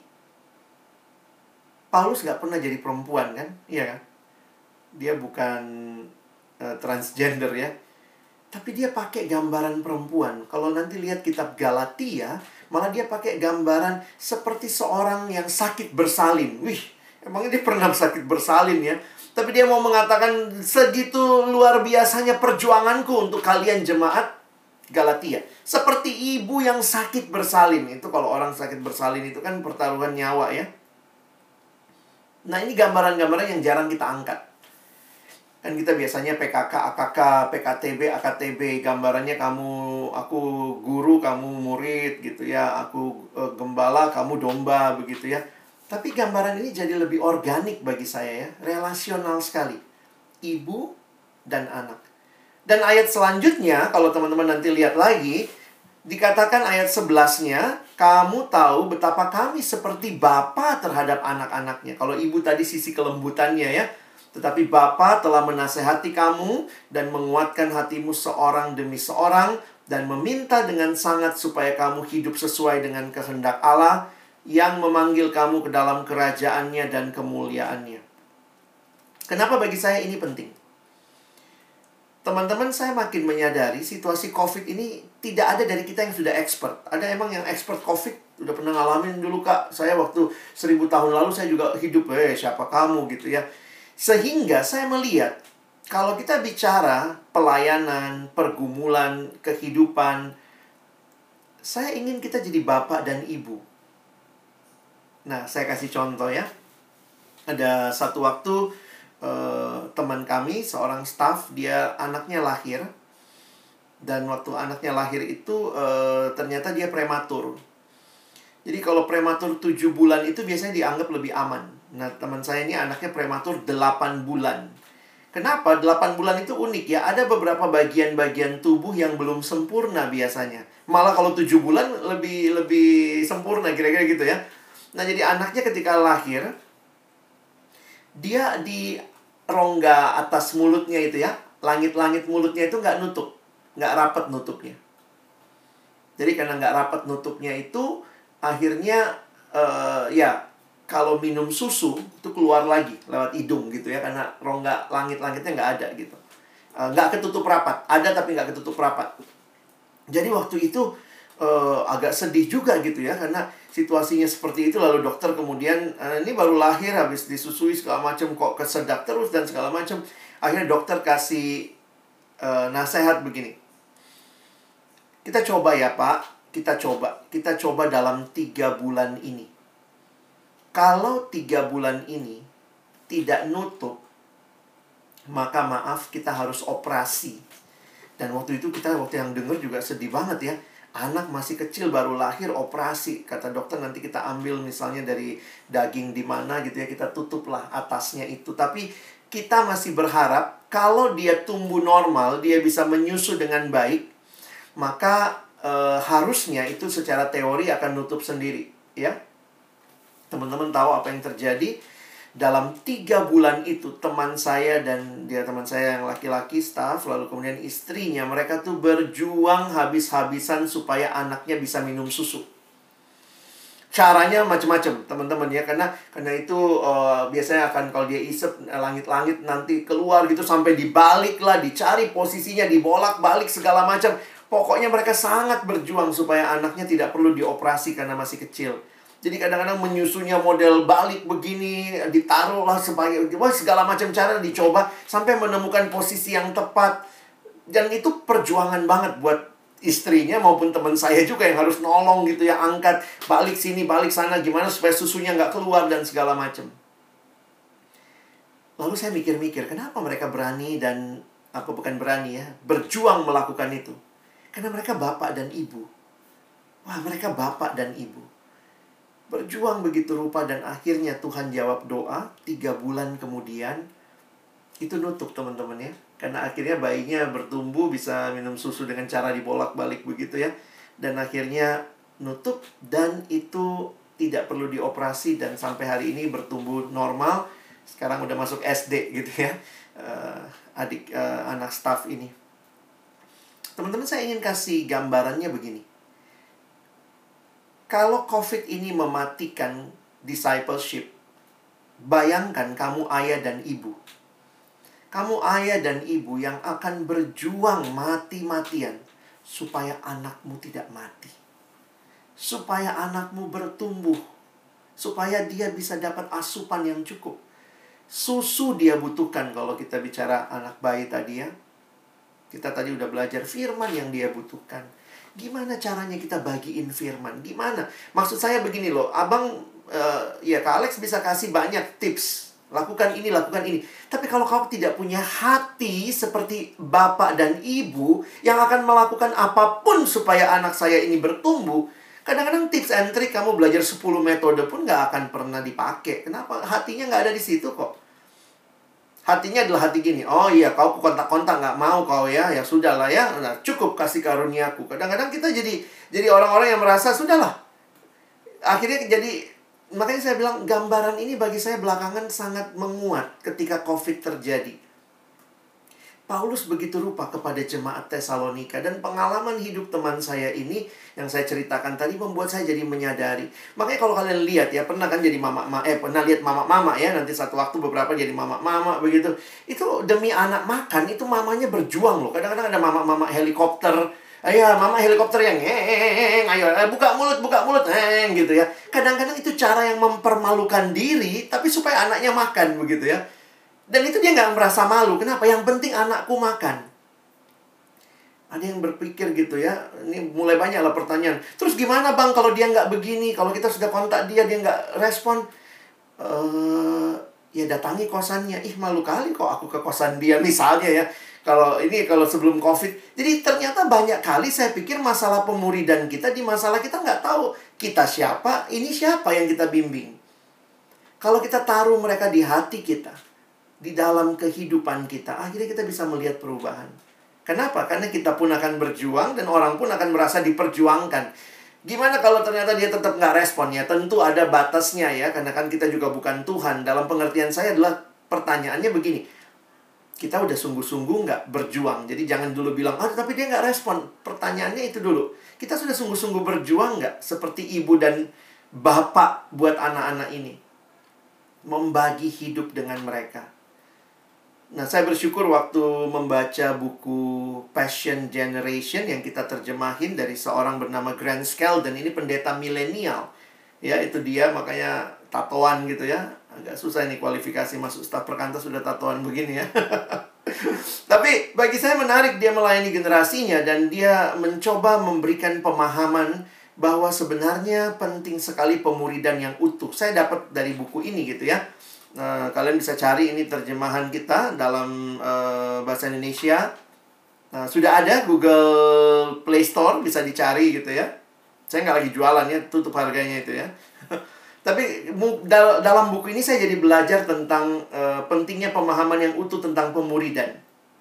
Paulus gak pernah jadi perempuan kan? Iya kan? Dia bukan uh, transgender ya. Tapi dia pakai gambaran perempuan. Kalau nanti lihat kitab Galatia, malah dia pakai gambaran seperti seorang yang sakit bersalin. Wih, emangnya dia pernah sakit bersalin ya? Tapi dia mau mengatakan segitu luar biasanya perjuanganku untuk kalian jemaat Galatia. Seperti ibu yang sakit bersalin. Itu kalau orang sakit bersalin itu kan pertaruhan nyawa ya. Nah ini gambaran-gambaran yang jarang kita angkat. Kan kita biasanya P K K, A K K, P K T B, A K T B. Gambarannya kamu, aku guru, kamu murid gitu ya. Aku e, gembala, kamu domba begitu ya. Tapi gambaran ini jadi lebih organik bagi saya ya. Relasional sekali. Ibu dan anak. Dan ayat selanjutnya, kalau teman-teman nanti lihat lagi, dikatakan ayat sebelasnya, kamu tahu betapa kami seperti bapa terhadap anak-anaknya. Kalau ibu tadi sisi kelembutannya ya. Tetapi Bapa telah menasehati kamu dan menguatkan hatimu seorang demi seorang dan meminta dengan sangat supaya kamu hidup sesuai dengan kehendak Allah yang memanggil kamu ke dalam kerajaannya dan kemuliaannya. Kenapa bagi saya ini penting? Teman-teman, saya makin menyadari situasi COVID ini tidak ada dari kita yang sudah expert. Ada emang yang expert COVID, udah pernah ngalamin dulu kak. Saya waktu seribu tahun lalu saya juga hidup, eh siapa kamu gitu ya. Sehingga saya melihat, kalau kita bicara pelayanan, pergumulan, kehidupan, saya ingin kita jadi bapak dan ibu. Nah, saya kasih contoh ya. Ada satu waktu, eh, teman kami, seorang staff, dia anaknya lahir. Dan waktu anaknya lahir itu, eh, ternyata dia prematur. Jadi kalau prematur tujuh bulan itu biasanya dianggap lebih aman. Nah, teman saya ini anaknya prematur delapan bulan. Kenapa? delapan bulan itu unik ya. Ada beberapa bagian-bagian tubuh yang belum sempurna biasanya. Malah kalau tujuh bulan lebih lebih sempurna kira-kira gitu ya. Nah, jadi anaknya ketika lahir, dia di rongga atas mulutnya itu ya, langit-langit mulutnya itu nggak nutup. Nggak rapat nutupnya. Jadi karena nggak rapat nutupnya itu, akhirnya uh, ya kalau minum susu itu keluar lagi lewat hidung gitu ya, karena rongga langit-langitnya nggak ada gitu, uh, nggak ketutup rapat, ada tapi nggak ketutup rapat. Jadi waktu itu uh, agak sedih juga gitu ya, karena situasinya seperti itu. Lalu dokter kemudian uh, ini baru lahir habis disusui segala macam kok kesedak terus dan segala macam. Akhirnya dokter kasih uh, nasihat begini, kita coba ya Pak, kita coba, kita coba dalam tiga bulan ini. Kalau tiga bulan ini tidak nutup, maka maaf kita harus operasi. Dan waktu itu kita waktu yang dengar juga sedih banget ya. Anak masih kecil baru lahir operasi. Kata dokter nanti kita ambil misalnya dari daging di mana gitu ya, kita tutuplah atasnya itu. Tapi kita masih berharap kalau dia tumbuh normal, dia bisa menyusu dengan baik, maka e, harusnya itu secara teori akan nutup sendiri ya. Teman-teman tahu apa yang terjadi? Dalam tiga bulan itu, teman saya dan dia teman saya yang laki-laki, staff, lalu kemudian istrinya, mereka tuh berjuang habis-habisan supaya anaknya bisa minum susu. Caranya macam-macam, teman-teman ya, karena karena itu uh, biasanya akan kalau dia isep langit-langit nanti keluar gitu sampai dibalik lah, dicari posisinya, dibolak-balik segala macam. Pokoknya mereka sangat berjuang supaya anaknya tidak perlu dioperasi karena masih kecil. Jadi kadang-kadang menyusunya model balik begini, ditaruhlah sebagai, wah segala macam cara dicoba sampai menemukan posisi yang tepat. Dan itu perjuangan banget buat istrinya maupun teman saya juga yang harus nolong gitu ya, angkat, balik sini, balik sana, gimana supaya susunya nggak keluar dan segala macam. Lalu saya mikir-mikir, kenapa mereka berani dan, apa bukan berani ya, berjuang melakukan itu. Karena mereka bapak dan ibu. Wah, mereka bapak dan ibu. Berjuang begitu rupa dan akhirnya Tuhan jawab doa. Tiga bulan kemudian itu nutup teman-teman ya. Karena akhirnya bayinya bertumbuh, bisa minum susu dengan cara dibolak-balik begitu ya. Dan akhirnya nutup dan itu tidak perlu dioperasi. Dan sampai hari ini bertumbuh normal. Sekarang udah masuk S D gitu ya, uh, adik uh, anak staff ini. Teman-teman, saya ingin kasih gambarannya begini. Kalau COVID ini mematikan discipleship, bayangkan kamu ayah dan ibu. Kamu ayah dan ibu yang akan berjuang mati-matian supaya anakmu tidak mati. Supaya anakmu bertumbuh. Supaya dia bisa dapat asupan yang cukup. Susu dia butuhkan kalau kita bicara anak bayi tadi ya. Kita tadi udah belajar firman yang dia butuhkan. Gimana caranya kita bagiin firman? Gimana? Maksud saya begini loh, abang, uh, ya Kak Alex bisa kasih banyak tips. Lakukan ini, lakukan ini. Tapi kalau kau tidak punya hati seperti bapak dan ibu yang akan melakukan apapun supaya anak saya ini bertumbuh, kadang-kadang tips and trick kamu belajar sepuluh metode pun gak akan pernah dipakai. Kenapa? Hatinya gak ada di situ kok. Hatinya adalah hati gini, oh iya kau kontak-kontak gak mau kau ya, ya sudahlah ya, nah, cukup kasih karuniaku. Kadang-kadang kita jadi jadi orang-orang yang merasa sudahlah. Akhirnya jadi, makanya saya bilang gambaran ini bagi saya belakangan sangat menguat ketika COVID terjadi. Paulus begitu rupa kepada jemaat Tesalonika. Dan pengalaman hidup teman saya ini yang saya ceritakan tadi membuat saya jadi menyadari. Makanya kalau kalian lihat ya, pernah kan jadi mama-mama, eh pernah lihat mama-mama ya, nanti satu waktu beberapa jadi mama-mama begitu. Itu demi anak makan, itu mamanya berjuang loh. Kadang-kadang ada mama-mama helikopter. Ayo mama helikopter yang ngeng, ayo buka mulut, buka mulut, ngeng gitu ya. Kadang-kadang itu cara yang mempermalukan diri, tapi supaya anaknya makan begitu ya. Dan itu dia nggak merasa malu. Kenapa? Yang penting anakku makan. Ada yang berpikir gitu ya. Ini mulai banyak lah pertanyaan. Terus gimana bang kalau dia nggak begini? Kalau kita sudah kontak dia, dia nggak respon. Uh, ya datangi kosannya. Ih malu kali kok aku ke kosan dia misalnya ya. Kalau ini kalau sebelum COVID. Jadi ternyata banyak kali saya pikir masalah pemuridan kita di masalah kita nggak tahu kita siapa, ini siapa yang kita bimbing. Kalau kita taruh mereka di hati kita, di dalam kehidupan kita, akhirnya kita bisa melihat perubahan. Kenapa? Karena kita pun akan berjuang dan orang pun akan merasa diperjuangkan. Gimana kalau ternyata dia tetap nggak respon ya? Tentu ada batasnya ya, karena kan kita juga bukan Tuhan. Dalam pengertian saya adalah pertanyaannya begini. Kita udah sungguh-sungguh nggak berjuang. Jadi jangan dulu bilang, ah tapi dia nggak respon. Pertanyaannya itu dulu. Kita sudah sungguh-sungguh berjuang nggak? Seperti ibu dan bapak buat anak-anak ini. Membagi hidup dengan mereka. Nah, saya bersyukur waktu membaca buku Passion Generation yang kita terjemahin dari seorang bernama Grant Skeldon. Ini pendeta milenial. Ya, itu dia, makanya tatoan gitu ya. Agak susah ini kualifikasi masuk staf perkantas sudah tatoan begini ya. Tapi bagi saya menarik dia melayani generasinya dan dia mencoba memberikan pemahaman bahwa sebenarnya penting sekali pemuridan yang utuh. Saya dapat dari buku ini gitu ya. Nah, kalian bisa cari ini terjemahan kita dalam uh, bahasa Indonesia. Nah, sudah ada Google Play Store, bisa dicari gitu ya. Saya nggak lagi jualan ya, tutup harganya itu ya. Tapi dal dalam buku ini saya jadi belajar tentang uh, pentingnya pemahaman yang utuh tentang pemuridan.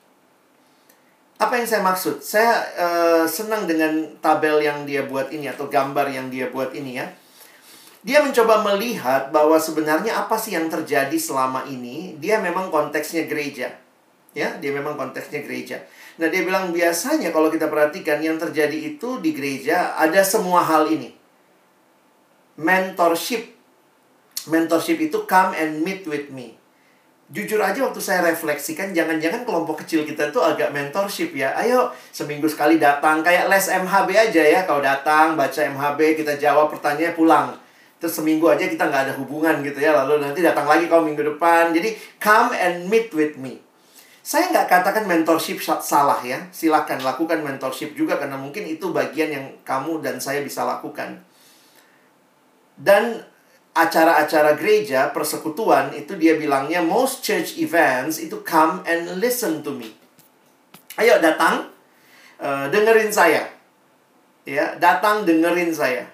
Apa yang saya maksud? Saya uh, senang dengan tabel yang dia buat ini atau gambar yang dia buat ini ya. Dia mencoba melihat bahwa sebenarnya apa sih yang terjadi selama ini. Dia memang konteksnya gereja. Ya, dia memang konteksnya gereja. Nah, dia bilang biasanya kalau kita perhatikan yang terjadi itu di gereja ada semua hal ini. Mentorship. Mentorship itu come and meet with me. Jujur aja waktu saya refleksikan, jangan-jangan kelompok kecil kita tuh agak mentorship ya. Ayo seminggu sekali datang, kayak les M H B aja ya. Kau datang, baca M H B, kita jawab pertanyaannya, pulang. Terus seminggu aja kita nggak ada hubungan gitu ya. Lalu nanti datang lagi kau minggu depan. Jadi come and meet with me. Saya nggak katakan mentorship salah ya. Silakan lakukan mentorship juga, karena mungkin itu bagian yang kamu dan saya bisa lakukan. Dan acara-acara gereja, persekutuan, itu dia bilangnya most church events itu come and listen to me. Ayo datang, uh, dengerin saya. Ya, datang dengerin saya.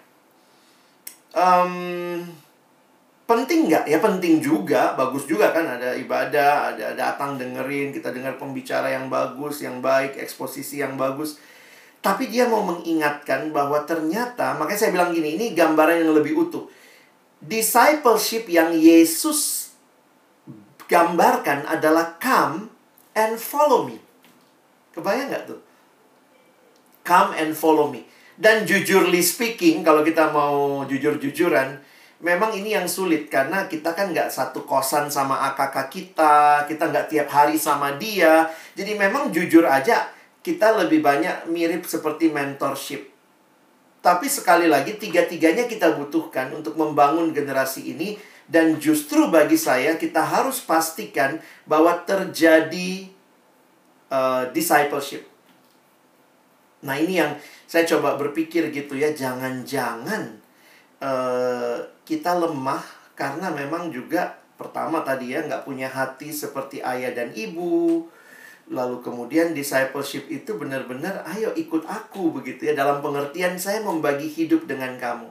Um, penting nggak? Ya penting juga, bagus juga kan, ada ibadah, ada datang dengerin, kita dengar pembicara yang bagus, yang baik, eksposisi yang bagus. Tapi dia mau mengingatkan bahwa ternyata, makanya saya bilang gini, ini gambaran yang lebih utuh. Discipleship yang Yesus gambarkan adalah come and follow me. Kebayang nggak tuh? Come and follow me. Dan jujurly speaking, kalau kita mau jujur-jujuran, memang ini yang sulit. Karena kita kan nggak satu kosan sama A K K kita. Kita nggak tiap hari sama dia. Jadi memang jujur aja, kita lebih banyak mirip seperti mentorship. Tapi sekali lagi, tiga-tiganya kita butuhkan untuk membangun generasi ini. Dan justru bagi saya, kita harus pastikan bahwa terjadi uh, discipleship. Nah, ini yang saya coba berpikir gitu ya. Jangan-jangan uh, kita lemah karena memang juga, pertama tadi ya, nggak punya hati seperti ayah dan ibu. Lalu kemudian discipleship itu benar-benar, ayo ikut aku begitu ya. Dalam pengertian saya membagi hidup dengan kamu.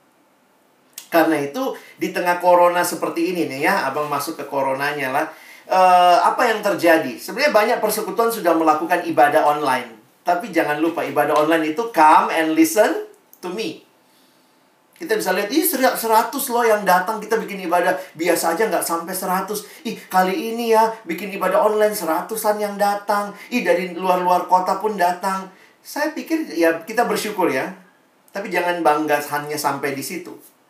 Karena itu di tengah corona seperti ini nih ya, abang masuk ke coronanya lah. E, apa yang terjadi? Sebenarnya banyak persekutuan sudah melakukan ibadah online. Tapi jangan lupa, ibadah online itu come and listen to me. Kita bisa lihat, ih seratus loh yang datang, kita bikin ibadah. Biasa aja nggak sampai seratus. Ih kali ini ya, bikin ibadah online seratusan yang datang. Ih dari luar-luar kota pun datang. Saya pikir ya kita bersyukur ya. Tapi jangan bangga hanya sampai di situ.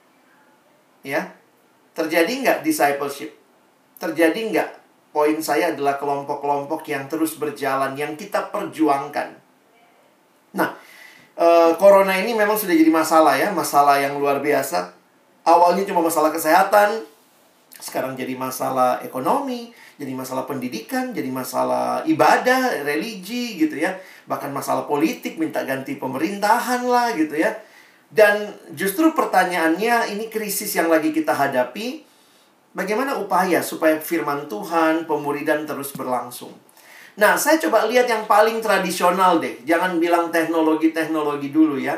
Ya, terjadi nggak discipleship? Terjadi nggak? Poin saya adalah kelompok-kelompok yang terus berjalan, yang kita perjuangkan. Nah, Uh, corona ini memang sudah jadi masalah ya. Masalah yang luar biasa. Awalnya cuma masalah kesehatan, sekarang jadi masalah ekonomi, jadi masalah pendidikan, jadi masalah ibadah, religi gitu ya. Bahkan masalah politik, minta ganti pemerintahan lah gitu ya. Dan justru pertanyaannya, ini krisis yang lagi kita hadapi. Bagaimana upaya supaya firman Tuhan, pemuridan terus berlangsung? Nah, saya coba lihat yang paling tradisional deh. Jangan bilang teknologi-teknologi dulu ya.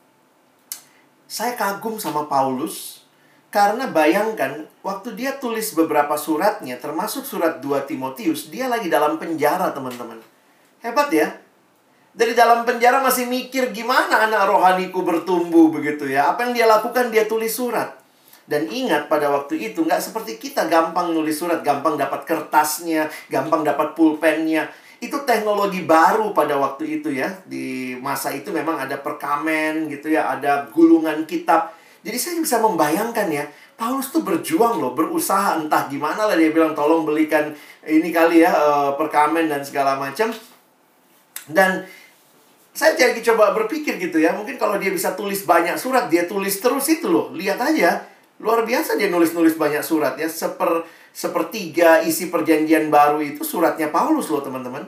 Saya kagum sama Paulus. Karena bayangkan, waktu dia tulis beberapa suratnya, termasuk surat dua Timotius, dia lagi dalam penjara, teman-teman. Hebat ya. Dari dalam penjara masih mikir gimana anak rohaniku bertumbuh begitu ya. Apa yang dia lakukan, dia tulis surat. Dan ingat pada waktu itu nggak seperti kita gampang nulis surat, gampang dapat kertasnya, gampang dapat pulpennya. Itu teknologi baru pada waktu itu ya. Di masa itu memang ada perkamen gitu ya, ada gulungan kitab. Jadi saya bisa membayangkan ya, Paulus tuh berjuang loh, berusaha entah gimana lah dia bilang tolong belikan ini kali ya, perkamen dan segala macam. Dan saya jadi coba berpikir gitu ya, mungkin kalau dia bisa tulis banyak surat, dia tulis terus itu loh, lihat aja. Luar biasa dia nulis-nulis banyak surat ya. Seper, sepertiga isi perjanjian baru itu suratnya Paulus loh teman-teman.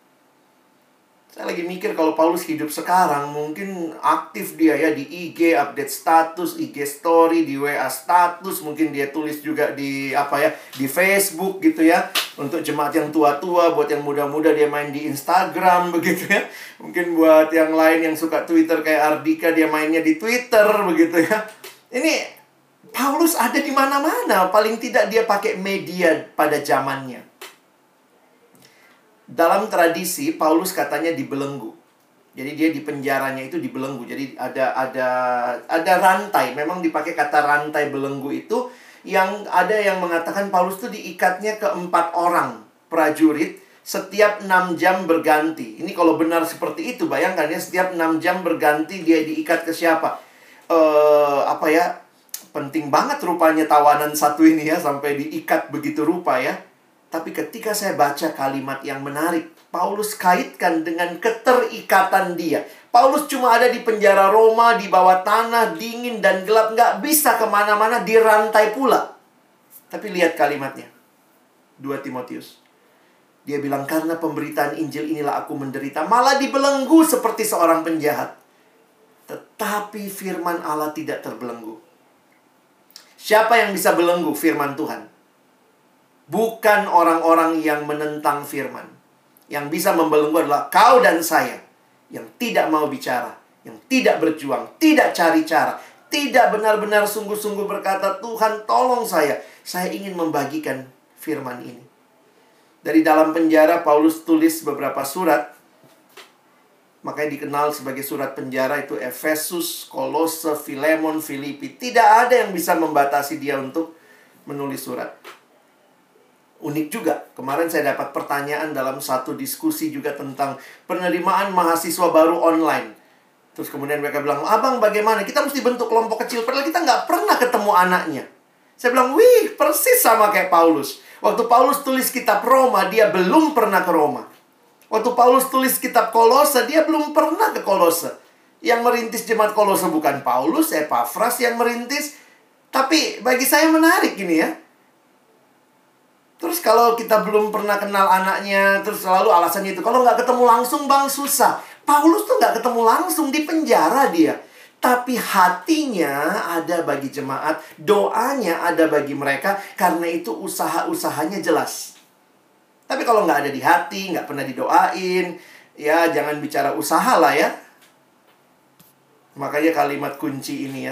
Saya lagi mikir kalau Paulus hidup sekarang, mungkin aktif dia ya di I G, update status, I G story, di W A status. Mungkin dia tulis juga di apa ya, di Facebook gitu ya. Untuk jemaat yang tua-tua, buat yang muda-muda dia main di Instagram begitu ya. Mungkin buat yang lain yang suka Twitter kayak Ardika, dia mainnya di Twitter begitu ya. Ini Paulus ada di mana-mana. Paling tidak dia pakai media pada zamannya. Dalam tradisi, Paulus katanya dibelenggu. Jadi dia di penjaranya itu dibelenggu. Jadi ada ada ada rantai. Memang dipakai kata rantai belenggu itu, yang ada yang mengatakan Paulus itu diikatnya ke empat orang prajurit setiap enam jam berganti. Ini kalau benar seperti itu, bayangkan ya, setiap enam jam berganti dia diikat ke siapa? Eh apa ya? Penting banget rupanya tawanan satu ini ya, sampai diikat begitu rupa ya. Tapi ketika saya baca kalimat yang menarik, Paulus kaitkan dengan keterikatan dia. Paulus cuma ada di penjara Roma, di bawah tanah, dingin dan gelap, nggak bisa kemana-mana, dirantai pula. Tapi lihat kalimatnya, dua Timotius. Dia bilang, karena pemberitaan Injil inilah aku menderita, malah dibelenggu seperti seorang penjahat. Tetapi firman Allah tidak terbelenggu. Siapa yang bisa belenggu firman Tuhan? Bukan orang-orang yang menentang firman. Yang bisa membelenggu adalah kau dan saya, yang tidak mau bicara, yang tidak berjuang, tidak cari cara, tidak benar-benar sungguh-sungguh berkata, Tuhan tolong saya, saya ingin membagikan firman ini. Dari dalam penjara Paulus tulis beberapa surat. Makanya dikenal sebagai surat penjara itu Efesus, Kolose, Filemon, Filipi. Tidak ada yang bisa membatasi dia untuk menulis surat. Unik juga, kemarin saya dapat pertanyaan dalam satu diskusi juga tentang penerimaan mahasiswa baru online. Terus kemudian mereka bilang, abang bagaimana? Kita mesti bentuk kelompok kecil, padahal kita nggak pernah ketemu anaknya. Saya bilang, wih, persis sama kayak Paulus. Waktu Paulus tulis kitab Roma, dia belum pernah ke Roma. Waktu Paulus tulis kitab Kolose, dia belum pernah ke Kolose. Yang merintis jemaat Kolose bukan Paulus, Epafras yang merintis. Tapi bagi saya menarik ini ya. Terus kalau kita belum pernah kenal anaknya, terus selalu alasannya itu, kalau nggak ketemu langsung bang susah. Paulus tuh nggak ketemu langsung, di penjara dia. Tapi hatinya ada bagi jemaat, doanya ada bagi mereka, karena itu usaha-usahanya jelas. Tapi kalau nggak ada di hati, nggak pernah didoain, ya jangan bicara usaha lah ya. Makanya kalimat kunci ini ya.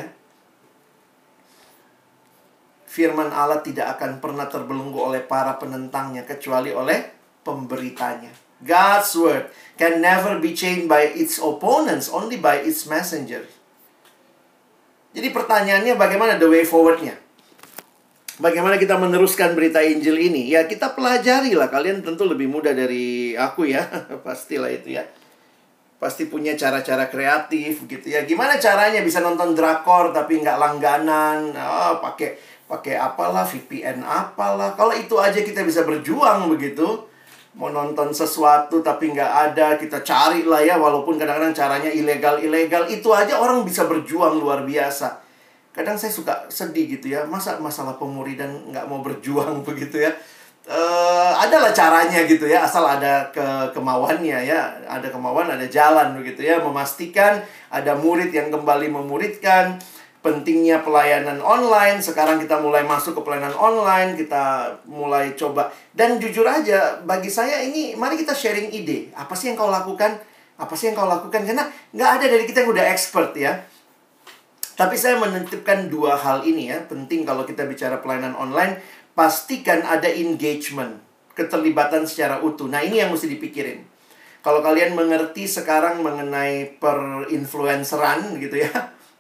Firman Allah tidak akan pernah terbelenggu oleh para penentangnya, kecuali oleh pemberitanya. God's word can never be chained by its opponents, only by its messengers. Jadi pertanyaannya bagaimana the way forward-nya? Bagaimana kita meneruskan berita Injil ini? Ya kita pelajari lah, kalian tentu lebih muda dari aku ya. Pastilah itu ya. Pasti punya cara-cara kreatif gitu ya. Gimana caranya bisa nonton drakor tapi nggak langganan? Oh, pakai pakai apalah, V P N apalah. Kalau itu aja kita bisa berjuang begitu. Mau nonton sesuatu tapi nggak ada, kita cari lah ya. Walaupun kadang-kadang caranya ilegal-ilegal. Itu aja orang bisa berjuang luar biasa. Kadang saya suka sedih gitu ya. Masa masalah pemuridan nggak mau berjuang begitu ya. Uh, adalah caranya gitu ya. Asal ada ke kemauannya ya. Ada kemauan, ada jalan begitu ya. Memastikan ada murid yang kembali memuridkan. Pentingnya pelayanan online. Sekarang kita mulai masuk ke pelayanan online. Kita mulai coba. Dan jujur aja, bagi saya ini, mari kita sharing ide. Apa sih yang kau lakukan? Apa sih yang kau lakukan? Karena nggak ada dari kita yang udah expert ya. Tapi saya menitipkan dua hal ini ya. Penting kalau kita bicara pelayanan online. Pastikan ada engagement. Keterlibatan secara utuh. Nah ini yang mesti dipikirin. Kalau kalian mengerti sekarang mengenai per-influenceran gitu ya.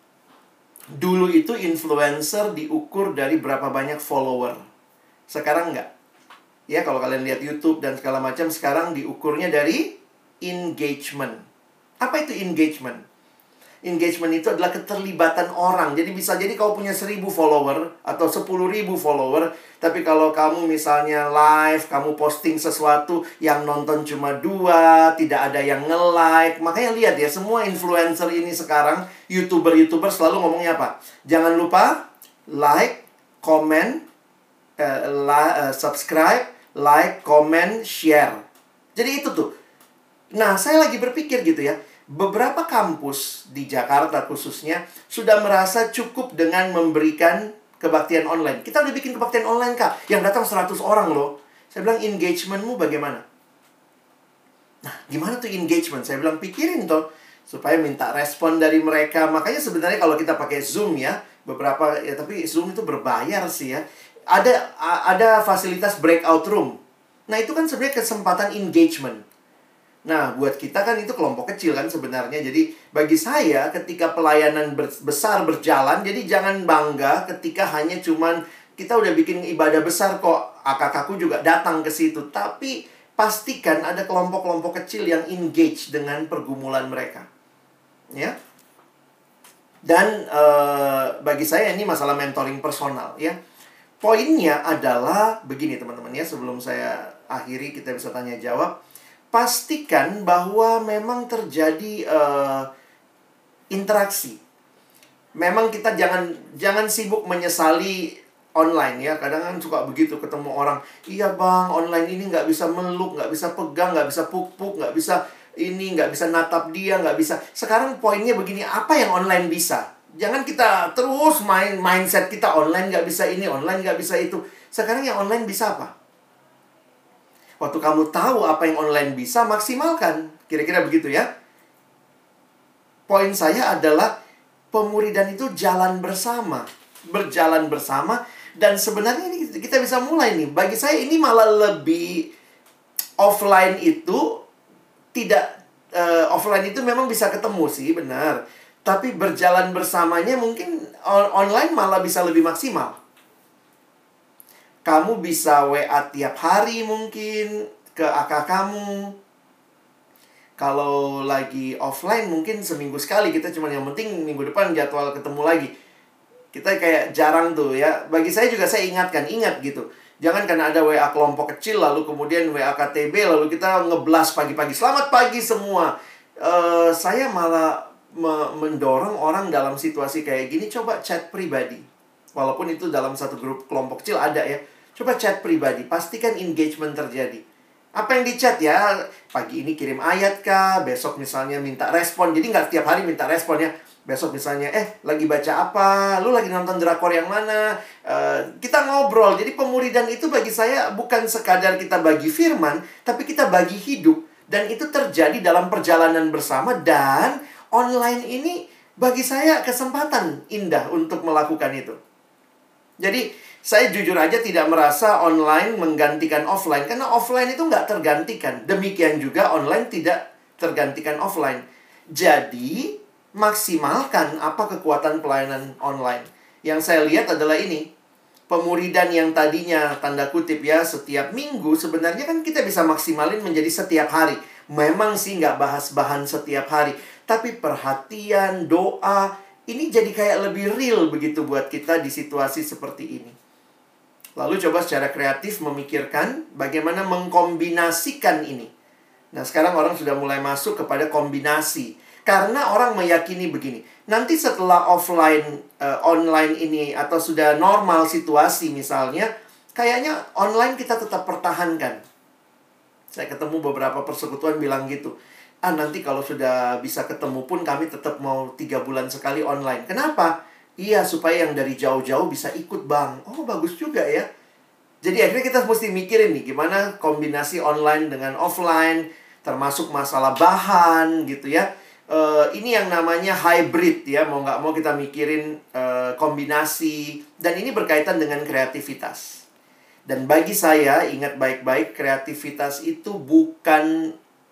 Dulu itu influencer diukur dari berapa banyak follower. Sekarang enggak. Ya, kalau kalian lihat YouTube dan segala macam, sekarang diukurnya dari engagement. Apa itu engagement? Engagement itu adalah keterlibatan orang. Jadi bisa jadi kau punya seribu follower atau sepuluh ribu follower, tapi kalau kamu misalnya live, kamu posting sesuatu yang nonton cuma dua, tidak ada yang nge-like. Makanya lihat ya, semua influencer ini sekarang, YouTuber-YouTuber selalu ngomongnya apa? Jangan lupa like, comment, uh, la, uh, subscribe, like, comment, share. Jadi itu tuh. Nah, saya lagi berpikir gitu ya. Beberapa kampus di Jakarta khususnya sudah merasa cukup dengan memberikan kebaktian online. Kita udah bikin kebaktian online, Kak. Yang datang seratus orang loh. Saya bilang, engagementmu bagaimana? Nah, gimana tuh engagement? Saya bilang, pikirin tuh. Supaya minta respon dari mereka. Makanya sebenarnya kalau kita pakai Zoom ya. Beberapa, ya tapi Zoom itu berbayar sih ya. Ada, ada fasilitas breakout room. Nah, itu kan sebenarnya kesempatan engagement. Nah, buat kita kan itu kelompok kecil kan sebenarnya. Jadi, bagi saya ketika pelayanan ber- besar berjalan, jadi jangan bangga ketika hanya cuman kita udah bikin ibadah besar kok, A K K ku juga datang ke situ. Tapi, pastikan ada kelompok-kelompok kecil yang engage dengan pergumulan mereka. Ya. Dan uh, bagi saya ini masalah mentoring personal ya. Poinnya adalah begini teman-teman ya, sebelum saya akhiri kita bisa tanya jawab. Pastikan bahwa memang terjadi uh, interaksi. Memang kita jangan jangan sibuk menyesali online ya. Kadang kan suka begitu ketemu orang. Iya bang, online ini nggak bisa meluk, nggak bisa pegang, nggak bisa puk-puk, nggak bisa ini, nggak bisa natap dia, nggak bisa. Sekarang poinnya begini, apa yang online bisa? Jangan kita terus main mindset kita online nggak bisa ini, online nggak bisa itu. Sekarang yang online bisa apa? Waktu kamu tahu apa yang online bisa, maksimalkan. Kira-kira begitu ya. Poin saya adalah pemuridan itu jalan bersama. Berjalan bersama. Dan sebenarnya ini kita bisa mulai nih. Bagi saya ini malah lebih offline itu tidak uh, offline itu memang bisa ketemu sih, benar. Tapi berjalan bersamanya mungkin on online malah bisa lebih maksimal. Kamu bisa W A tiap hari mungkin ke A K kamu. Kalau lagi offline mungkin seminggu sekali. Kita cuma yang penting minggu depan jadwal ketemu lagi. Kita kayak jarang tuh ya. Bagi saya juga saya ingatkan, ingat gitu. Jangan karena ada W A kelompok kecil lalu kemudian W A K T B lalu kita ngeblas pagi-pagi. Selamat pagi semua. Uh, saya malah me mendorong orang dalam situasi kayak gini coba chat pribadi. Walaupun itu dalam satu grup kelompok kecil ada ya. Coba chat pribadi, pastikan engagement terjadi. Apa yang di chat ya? Pagi ini kirim ayat kah? Besok misalnya minta respon. Jadi nggak tiap hari minta respon ya. Besok misalnya, eh lagi baca apa? Lu lagi nonton drakor yang mana? Uh, kita ngobrol. Jadi pemuridan itu bagi saya bukan sekadar kita bagi firman, tapi kita bagi hidup. Dan itu terjadi dalam perjalanan bersama. Dan online ini bagi saya kesempatan indah untuk melakukan itu. Jadi saya jujur aja tidak merasa online menggantikan offline. Karena offline itu nggak tergantikan. Demikian juga online tidak tergantikan offline. Jadi, maksimalkan apa kekuatan pelayanan online. Yang saya lihat adalah ini. Pemuridan yang tadinya, tanda kutip ya, setiap minggu. Sebenarnya kan kita bisa maksimalin menjadi setiap hari. Memang sih nggak bahas bahan setiap hari. Tapi perhatian, doa, ini jadi kayak lebih real begitu buat kita di situasi seperti ini. Lalu coba secara kreatif memikirkan bagaimana mengkombinasikan ini. Nah, sekarang orang sudah mulai masuk kepada kombinasi. Karena orang meyakini begini. Nanti setelah offline, uh, online ini atau sudah normal situasi misalnya, kayaknya online kita tetap pertahankan. Saya ketemu beberapa persekutuan bilang gitu. Ah, nanti kalau sudah bisa ketemu pun kami tetap mau tiga bulan sekali online. Kenapa? Iya, supaya yang dari jauh-jauh bisa ikut bang. Oh, bagus juga ya. Jadi akhirnya kita mesti mikirin nih, gimana kombinasi online dengan offline, termasuk masalah bahan gitu ya. Uh, ini yang namanya hybrid ya, mau nggak mau kita mikirin uh, kombinasi. Dan ini berkaitan dengan kreativitas. Dan bagi saya, ingat baik-baik, kreativitas itu bukan,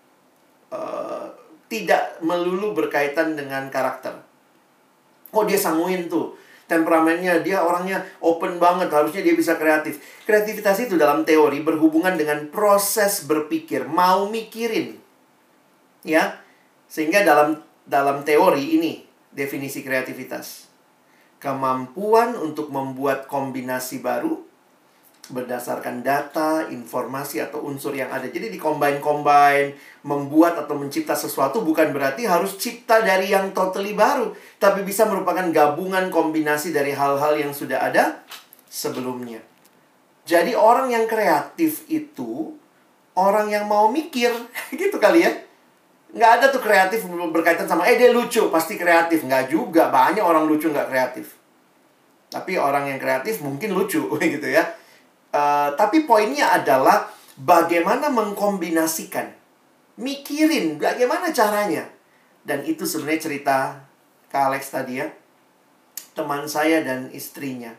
uh, tidak melulu berkaitan dengan karakter. Oh dia sanguin tuh, temperamennya, dia orangnya open banget, harusnya dia bisa kreatif. Kreativitas itu dalam teori berhubungan dengan proses berpikir, mau mikirin. Ya, sehingga dalam dalam teori ini, definisi kreativitas. Kemampuan untuk membuat kombinasi baru, berdasarkan data, informasi, atau unsur yang ada. Jadi di-combine-combine, membuat atau mencipta sesuatu bukan berarti harus cipta dari yang totally baru. Tapi bisa merupakan gabungan kombinasi dari hal-hal yang sudah ada sebelumnya. Jadi orang yang kreatif itu orang yang mau mikir. Gitu kali ya. Nggak ada tuh kreatif berkaitan sama, eh dia lucu, pasti kreatif. Nggak juga, banyak orang lucu nggak kreatif. Tapi orang yang kreatif mungkin lucu, gitu ya. Uh, tapi poinnya adalah bagaimana mengkombinasikan. Mikirin bagaimana caranya. Dan itu sebenarnya cerita Kak Alex tadi ya. Teman saya dan istrinya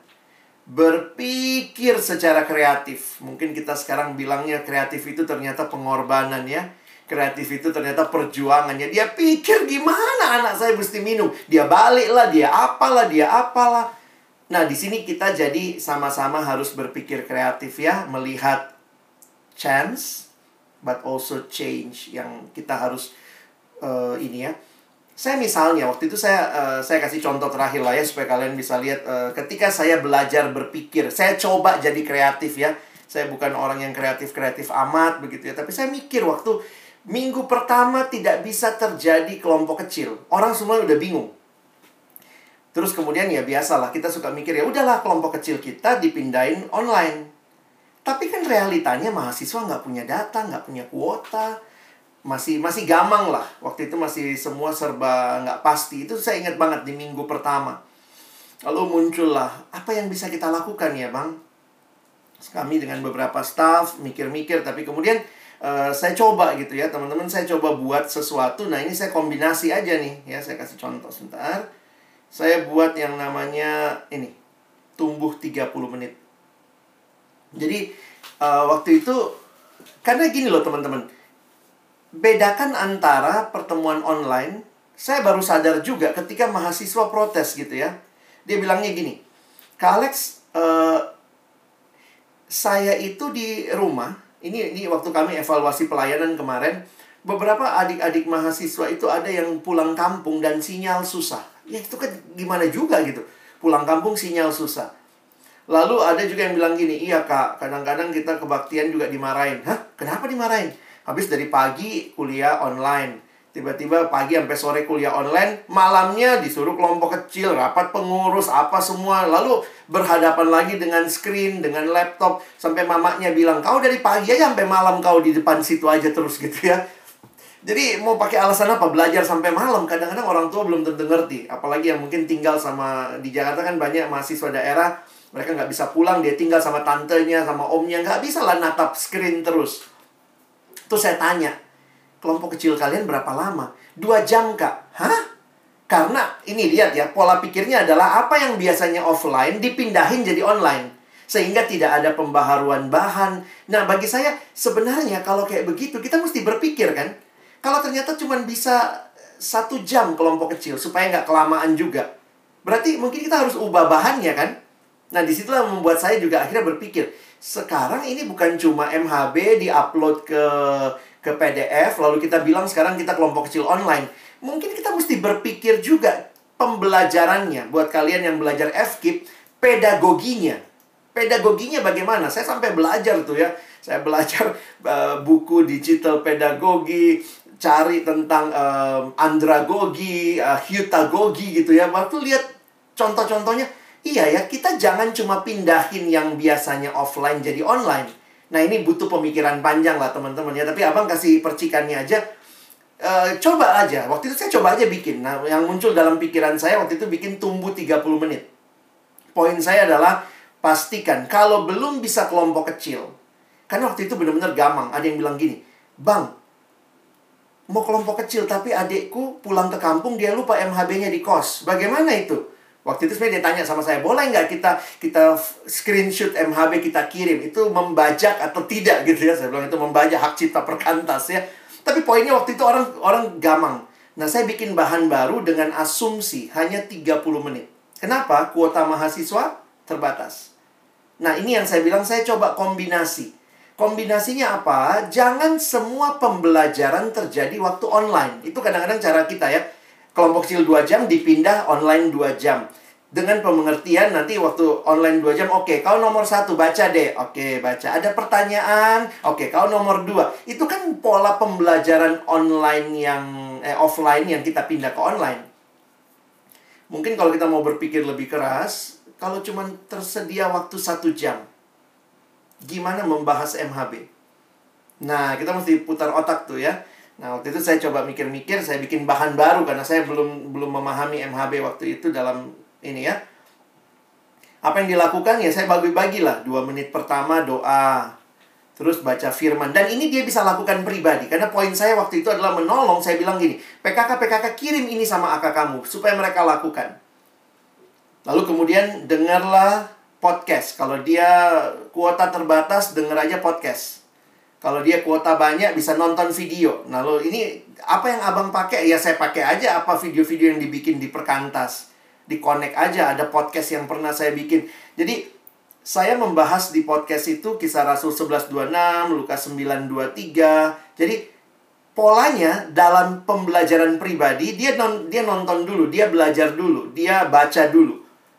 berpikir secara kreatif. Mungkin kita sekarang bilangnya kreatif itu ternyata pengorbanan ya. kreatif itu ternyata perjuangannya. Dia pikir gimana anak saya mesti minum. Dia balik lah, dia apalah, dia apalah. Nah, di sini kita jadi sama-sama harus berpikir kreatif ya. Melihat chance, but also change. Yang kita harus uh, ini ya. Saya misalnya, waktu itu saya uh, saya kasih contoh terakhir lah ya. Supaya kalian bisa lihat. Uh, ketika saya belajar berpikir, saya coba jadi kreatif ya. Saya bukan orang yang kreatif-kreatif amat begitu ya. Tapi saya mikir waktu minggu pertama tidak bisa terjadi kelompok kecil. Orang semua udah bingung. Terus kemudian ya biasalah kita suka mikir ya udahlah kelompok kecil kita dipindahin online. Tapi kan realitanya mahasiswa nggak punya data, nggak punya kuota. Masih masih gamang lah. Waktu itu masih semua serba nggak pasti. Itu saya ingat banget di minggu pertama. Lalu muncullah apa yang bisa kita lakukan ya Bang? Kami dengan beberapa staff mikir-mikir, tapi kemudian uh, saya coba gitu ya, teman-teman, saya coba buat sesuatu. Nah, ini saya kombinasi aja nih ya, saya kasih contoh sebentar. Saya buat yang namanya ini, tumbuh tiga puluh menit. Jadi uh, waktu itu karena gini loh teman-teman. Bedakan antara pertemuan online, saya baru sadar juga ketika mahasiswa protes gitu ya. Dia bilangnya gini, "Kak Alex, uh, saya itu di rumah," ini, ini waktu kami evaluasi pelayanan kemarin, beberapa adik-adik mahasiswa itu ada yang pulang kampung dan sinyal susah. Ya itu kan gimana juga gitu. Pulang kampung sinyal susah. Lalu ada juga yang bilang gini, "Iya Kak, kadang-kadang kita kebaktian juga dimarahin." Hah? Kenapa dimarahin? Habis dari pagi kuliah online. Tiba-tiba pagi sampai sore kuliah online, malamnya disuruh kelompok kecil, rapat pengurus, apa semua. Lalu berhadapan lagi dengan screen, dengan laptop. Sampai mamanya bilang, "Kau dari pagi aja sampai malam kau di depan situ aja terus," gitu ya. Jadi mau pakai alasan apa? Belajar sampai malam. Kadang-kadang orang tua belum tentu ngerti. Apalagi yang mungkin tinggal sama, di Jakarta kan banyak mahasiswa daerah. Mereka nggak bisa pulang, dia tinggal sama tantenya, sama omnya. Nggak bisa lah natap screen terus. Terus saya tanya, "Kelompok kecil kalian berapa lama?" Dua jam Kak. Hah? Karena ini lihat ya, pola pikirnya adalah apa yang biasanya offline dipindahin jadi online. Sehingga tidak ada pembaharuan bahan. Nah bagi saya sebenarnya kalau kayak begitu kita mesti berpikir kan. Kalau ternyata cuma bisa satu jam kelompok kecil supaya nggak kelamaan juga. Berarti mungkin kita harus ubah bahannya kan. Nah disitulah membuat saya juga akhirnya berpikir. Sekarang ini bukan cuma M H B di-upload ke ke P D F, lalu kita bilang sekarang kita kelompok kecil online. Mungkin kita mesti berpikir juga pembelajarannya. Buat kalian yang belajar F K I P, pedagoginya. Pedagoginya bagaimana? Saya sampai belajar tuh ya. Saya belajar uh, buku digital pedagogi, cari tentang uh, andragogi, uh, hutagogi gitu ya. Waktu lihat contoh-contohnya, iya ya, kita jangan cuma pindahin yang biasanya offline jadi online. Nah ini butuh pemikiran panjang lah teman-teman ya. Tapi abang kasih percikannya aja. E, coba aja. Waktu itu saya coba aja bikin. Nah yang muncul dalam pikiran saya waktu itu bikin tumbuh tiga puluh menit. Poin saya adalah pastikan kalau belum bisa kelompok kecil. Karena waktu itu benar-benar gamang. Ada yang bilang gini, "Bang, mau kelompok kecil tapi adikku pulang ke kampung dia lupa M H B-nya di kos. Bagaimana itu?" Waktu itu sebenarnya dia tanya sama saya, "Boleh nggak kita kita screenshot M H B kita kirim? Itu membajak atau tidak?" gitu ya. Saya bilang itu membajak, hak cipta perkantas ya. Tapi poinnya waktu itu orang orang gamang. Nah, saya bikin bahan baru dengan asumsi hanya tiga puluh menit. Kenapa? Kuota mahasiswa terbatas. Nah, ini yang saya bilang saya coba kombinasi. Kombinasinya apa? Jangan semua pembelajaran terjadi waktu online. Itu kadang-kadang cara kita ya. Kelompok kecil dua jam dipindah online dua jam. Dengan pemengertian nanti waktu online dua jam, oke, okay, kau nomor satu baca deh. Oke, okay, baca. Ada pertanyaan, oke, okay, kau nomor dua. Itu kan pola pembelajaran online yang, eh, offline yang kita pindah ke online. Mungkin kalau kita mau berpikir lebih keras, kalau cuma tersedia waktu satu jam, gimana membahas M H B? Nah, kita mesti putar otak tuh ya. Nah, waktu itu saya coba mikir-mikir, saya bikin bahan baru karena saya belum belum memahami M H B waktu itu dalam ini ya. Apa yang dilakukan ya saya bagi-bagi lah. Dua menit pertama doa, terus baca firman. Dan ini dia bisa lakukan pribadi. Karena poin saya waktu itu adalah menolong. Saya bilang gini, P K K P K K kirim ini sama A K kamu supaya mereka lakukan. Lalu kemudian dengarlah podcast. Kalau dia kuota terbatas, dengar aja podcast. Kalau dia kuota banyak bisa nonton video. Nah, lo ini apa yang abang pakai? Ya saya pakai aja apa video-video yang dibikin di Perkantas. Di-connect aja, ada podcast yang pernah saya bikin. Jadi saya membahas di podcast itu Kisah Rasul sebelas dua puluh enam, Lukas sembilan dua puluh tiga. Jadi polanya dalam pembelajaran pribadi, dia non, dia nonton dulu, dia belajar dulu, dia baca dulu.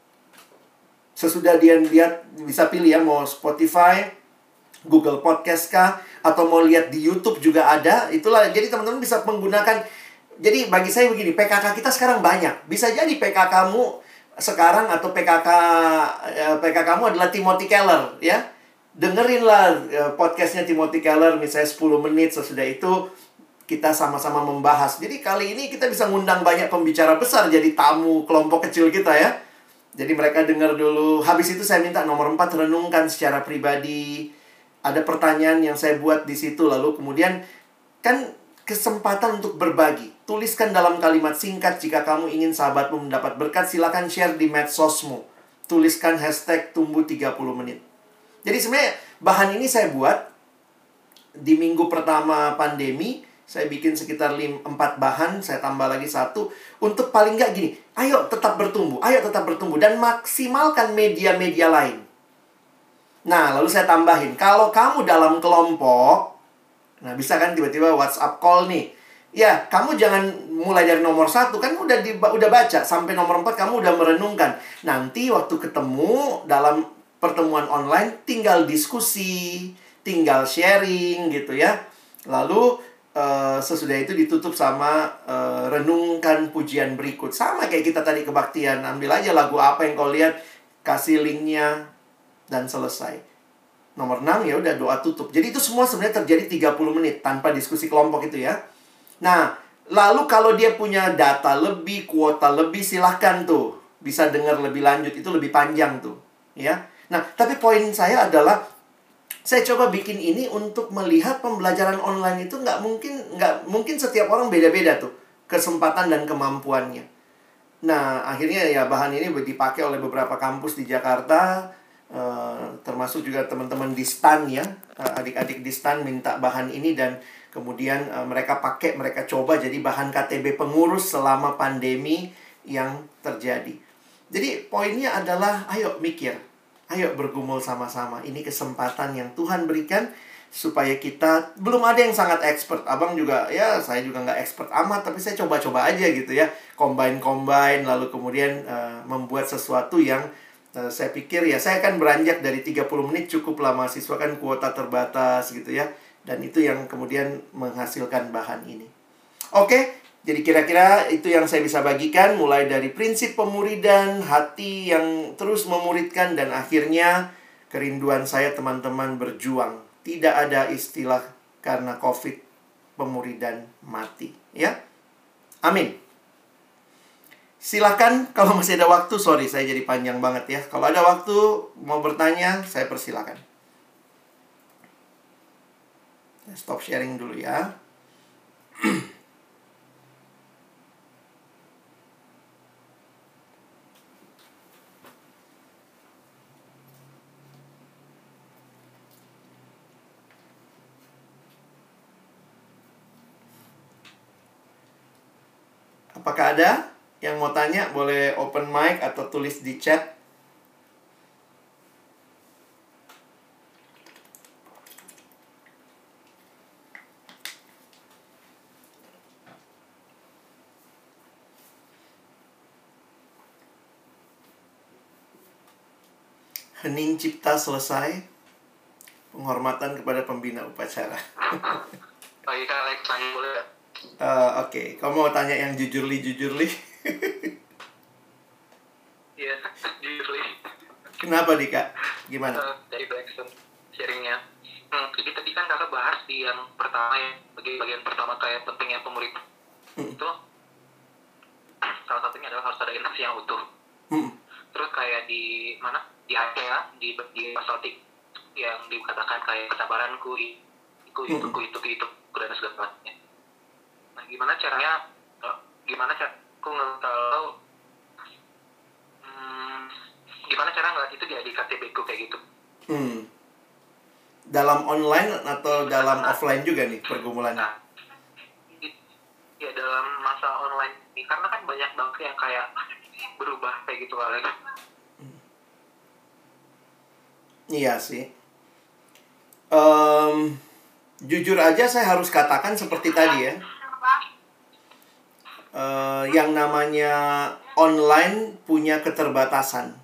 Sesudah dia lihat, bisa pilih ya, mau Spotify, Google Podcast kah, atau mau lihat di YouTube juga ada. Itulah, jadi teman-teman bisa menggunakan. Jadi bagi saya begini, P K K kita sekarang banyak. Bisa jadi P K K-mu sekarang atau P K K P K K-mu adalah Timothy Keller, ya. Dengerinlah podcastnya Timothy Keller, misalnya sepuluh menit. Sesudah itu kita sama-sama membahas. Jadi kali ini kita bisa ngundang banyak pembicara besar jadi tamu kelompok kecil kita, ya. Jadi mereka dengar dulu. Habis itu saya minta nomor empat, renungkan secara pribadi. Ada pertanyaan yang saya buat di situ. Lalu kemudian kan kesempatan untuk berbagi. Tuliskan dalam kalimat singkat jika kamu ingin sahabatmu mendapat berkat. Silakan share di medsosmu. Tuliskan hashtag tumbuh tiga puluh menit. Jadi sebenarnya bahan ini saya buat di minggu pertama pandemi. Saya bikin sekitar empat bahan, saya tambah lagi satu. Untuk paling nggak gini, ayo tetap bertumbuh, ayo tetap bertumbuh. Dan maksimalkan media-media lain. Nah, lalu saya tambahin, kalau kamu dalam kelompok, nah bisa kan tiba-tiba WhatsApp call nih. Ya, kamu jangan mulai dari nomor satu, kan udah, di, udah baca. Sampai nomor empat kamu udah merenungkan. Nanti waktu ketemu dalam pertemuan online, tinggal diskusi, tinggal sharing gitu ya. Lalu Uh, sesudah itu ditutup sama uh, renungkan pujian berikut. Sama kayak kita tadi kebaktian. Ambil aja lagu apa yang kau lihat, kasih linknya, dan selesai. Nomor enam ya udah doa tutup. Jadi itu semua sebenarnya terjadi tiga puluh menit tanpa diskusi kelompok itu ya. Nah, lalu kalau dia punya data lebih, kuota lebih, silahkan tuh. Bisa dengar lebih lanjut, itu lebih panjang tuh, ya. Nah, tapi poin saya adalah saya coba bikin ini untuk melihat pembelajaran online itu nggak mungkin, nggak mungkin setiap orang beda-beda tuh kesempatan dan kemampuannya. Nah, akhirnya ya bahan ini dipakai oleh beberapa kampus di Jakarta, uh, termasuk juga teman-teman di STAN ya, uh, adik-adik di STAN minta bahan ini dan kemudian uh, mereka pakai, mereka coba jadi bahan K T B pengurus selama pandemi yang terjadi. Jadi poinnya adalah ayo mikir. Ayo bergumul sama-sama. Ini kesempatan yang Tuhan berikan supaya kita, belum ada yang sangat expert. Abang juga, ya saya juga nggak expert amat, tapi saya coba-coba aja gitu ya. Combine-combine, lalu kemudian uh, membuat sesuatu yang uh, saya pikir ya, saya akan beranjak dari tiga puluh menit cukuplah, mahasiswa kan kuota terbatas gitu ya. Dan itu yang kemudian menghasilkan bahan ini. Oke. Jadi kira-kira itu yang saya bisa bagikan, mulai dari prinsip pemuridan, hati yang terus memuridkan, dan akhirnya kerinduan saya teman-teman berjuang. Tidak ada istilah karena COVID pemuridan mati, ya. Amin. Silakan kalau masih ada waktu, sorry saya jadi panjang banget ya. Kalau ada waktu mau bertanya, saya persilakan. Stop sharing dulu ya. Apakah ada yang mau tanya? Boleh open mic atau tulis di chat. Hening cipta selesai. Penghormatan kepada pembina upacara. Baik, Alex, tanya boleh. Uh, Oke, okay. Kamu mau tanya yang jujurli-jujurli? Iya, jujurli. Kenapa, Dika? Gimana? Uh, dari Blackstone sharingnya. Hmm, jadi tadi kan kakak bahas di yang pertama ya, bagi bagian pertama kayak pentingnya pemurid. Hmm. Itu salah satunya adalah harus ada interaksi yang utuh. Hmm. Terus kayak di mana? Di A C ya, di di pasal tiga yang dikatakan kayak kesabaranku, itu itu itu itu itu dan segala macamnya. Nah, gimana caranya, gimana cara aku ngetahu, hmm, gimana cara ngeliat itu di K T B ku kayak gitu? Hmm. Dalam online atau dalam offline juga nih pergumulannya? Nah, ya dalam masa online ini, karena kan banyak banget yang kayak berubah kayak gitu Alex. Iya sih. Um, jujur aja saya harus katakan seperti tadi ya. Uh, yang namanya online punya keterbatasan.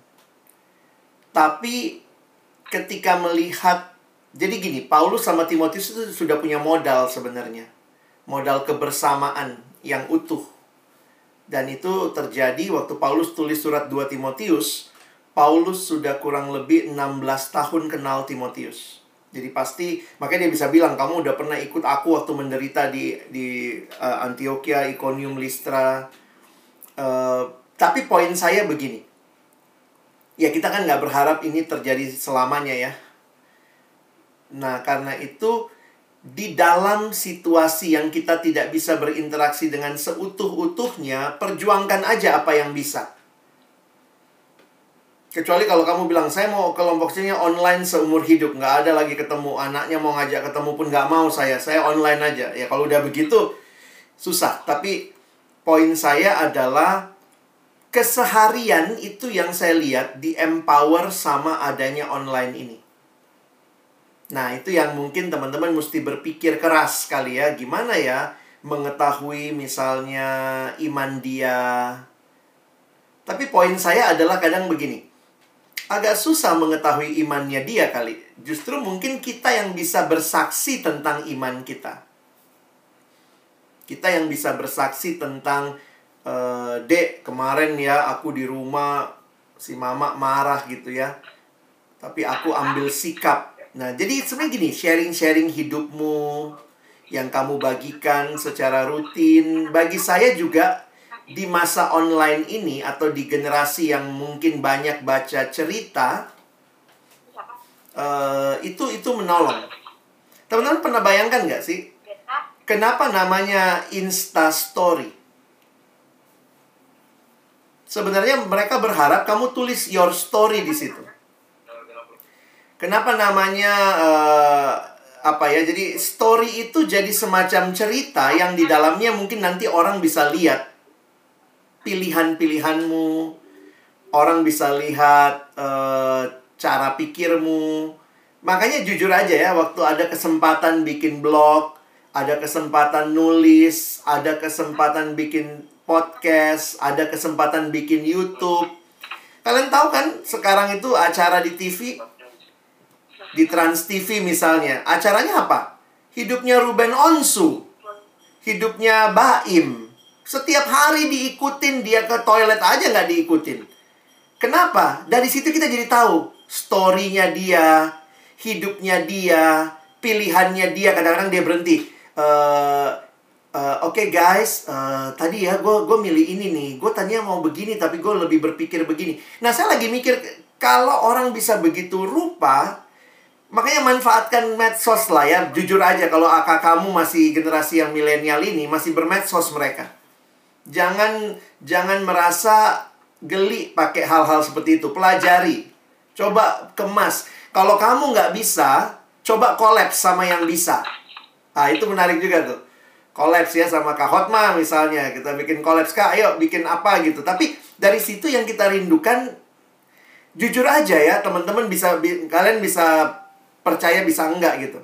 Tapi ketika melihat, jadi gini, Paulus sama Timotius itu sudah punya modal sebenarnya. Modal kebersamaan yang utuh. Dan itu terjadi waktu Paulus tulis surat dua Timotius. Paulus sudah kurang lebih enam belas tahun kenal Timotius. Jadi pasti, makanya dia bisa bilang, kamu udah pernah ikut aku waktu menderita di di uh, Antioquia, Iconium, Listra. Uh, tapi poin saya begini. Ya kita kan nggak berharap ini terjadi selamanya ya. Nah karena itu, di dalam situasi yang kita tidak bisa berinteraksi dengan seutuh-utuhnya, perjuangkan aja apa yang bisa. Kecuali kalau kamu bilang, saya mau kelompoknya online seumur hidup, nggak ada lagi ketemu, anaknya mau ngajak ketemu pun nggak mau saya, saya online aja. Ya kalau udah begitu, susah. Tapi poin saya adalah, keseharian itu yang saya lihat di empower sama adanya online ini. Nah, itu yang mungkin teman-teman mesti berpikir keras kali ya. Gimana ya mengetahui misalnya iman dia. Tapi poin saya adalah kadang begini. Agak susah mengetahui imannya dia kali. Justru mungkin kita yang bisa bersaksi tentang iman kita. Kita yang bisa bersaksi tentang, e, Dek, kemarin ya aku di rumah, si mama marah gitu ya. Tapi aku ambil sikap. Nah, jadi sebenarnya gini, sharing-sharing hidupmu yang kamu bagikan secara rutin. Bagi saya juga, di masa online ini atau di generasi yang mungkin banyak baca cerita, uh, itu itu menolong. Teman-teman pernah bayangkan nggak sih, kenapa namanya Insta Story? Sebenarnya mereka berharap kamu tulis your story di situ. Kenapa namanya uh, apa ya? Jadi story itu jadi semacam cerita yang di dalamnya mungkin nanti orang bisa lihat pilihan-pilihanmu, orang bisa lihat uh, cara pikirmu. Makanya jujur aja ya, waktu ada kesempatan bikin blog, ada kesempatan nulis, ada kesempatan bikin podcast, ada kesempatan bikin YouTube. Kalian tahu kan sekarang itu acara di T V, di Trans T V misalnya, acaranya apa? Hidupnya Ruben Onsu, hidupnya Baim. Setiap hari diikutin, dia ke toilet aja nggak diikutin. Kenapa? Dari situ kita jadi tahu story-nya dia, hidupnya dia, pilihannya dia. Kadang-kadang dia berhenti. Uh, uh, Oke okay guys, uh, tadi ya gue gue milih ini nih. Gue tadinya mau begini, tapi gue lebih berpikir begini. Nah, saya lagi mikir, kalau orang bisa begitu rupa, makanya manfaatkan medsos lah ya. Jujur aja, kalau kakak kamu masih generasi yang milenial ini, masih bermedsos mereka. Jangan jangan merasa geli pakai hal-hal seperti itu. Pelajari. Coba kemas. Kalau kamu nggak bisa, coba collab sama yang bisa. Ah, itu menarik juga tuh. Collab ya sama Kak Hotma misalnya. Kita bikin collab, Kak, ayo bikin apa gitu. Tapi dari situ yang kita rindukan, jujur aja ya, teman-teman bisa, kalian bisa percaya bisa enggak gitu.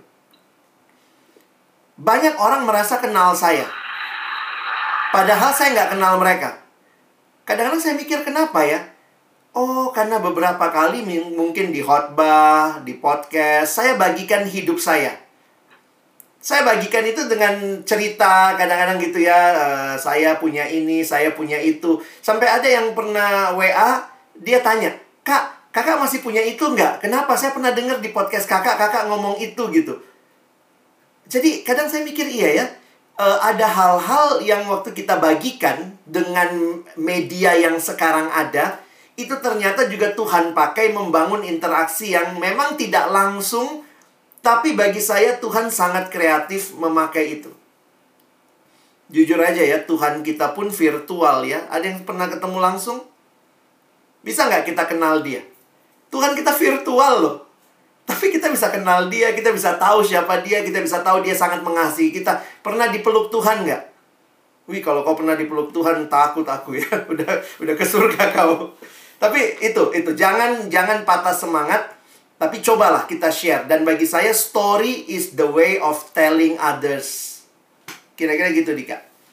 Banyak orang merasa kenal saya, padahal saya nggak kenal mereka. Kadang-kadang saya mikir kenapa ya? Oh, karena beberapa kali mungkin di khotbah, di podcast, saya bagikan hidup saya. Saya bagikan itu dengan cerita kadang-kadang gitu ya. Uh, saya punya ini, saya punya itu. Sampai ada yang pernah W A, dia tanya, Kak, kakak masih punya itu nggak? Kenapa? Saya pernah dengar di podcast kakak, kakak ngomong itu gitu. Jadi kadang saya mikir iya ya, uh, ada hal-hal yang waktu kita bagikan dengan media yang sekarang ada, itu ternyata juga Tuhan pakai membangun interaksi yang memang tidak langsung, tapi bagi saya Tuhan sangat kreatif memakai itu. Jujur aja ya, Tuhan kita pun virtual ya. Ada yang pernah ketemu langsung? Bisa nggak kita kenal dia? Tuhan kita virtual loh. Tapi kita bisa kenal dia, kita bisa tahu siapa dia, kita bisa tahu dia sangat mengasihi kita. Pernah dipeluk Tuhan nggak? Wih, kalau kau pernah dipeluk Tuhan, takut aku ya. Udah udah ke surga kau. Tapi itu, itu. Jangan jangan patah semangat. Tapi cobalah kita share. Dan bagi saya, story is the way of telling others. Kira-kira gitu, Dika.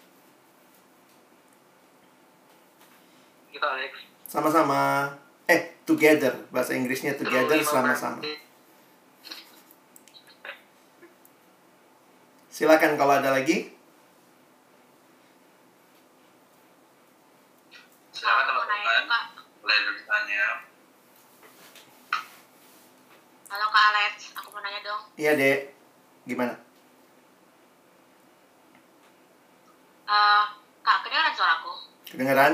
Kita, Alex. Sama-sama. Eh, together. Bahasa Inggrisnya together, sama-sama. Silakan kalau ada lagi. Silakan teman-teman. Boleh bertanya. Halo Kak Alex, aku mau nanya dong. Iya, Dek. Gimana? Uh, Kak, kedengeran suaraku? Kedengeran?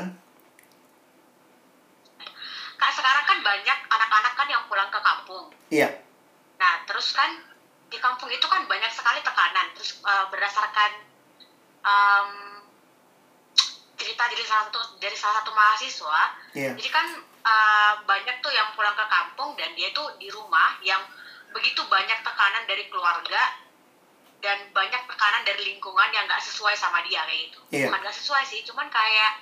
Kak, sekarang kan banyak anak-anak kan yang pulang ke kampung. Iya. Nah, terus kan di kampung itu kan banyak sekali tekanan. Terus uh, berdasarkan um, cerita dari salah satu dari salah satu mahasiswa, Iya. jadi kan uh, banyak tuh yang pulang ke kampung dan dia tuh di rumah yang begitu banyak tekanan dari keluarga dan banyak tekanan dari lingkungan yang nggak sesuai sama dia kayak gitu. Iya. Bukan nggak sesuai sih, cuman kayak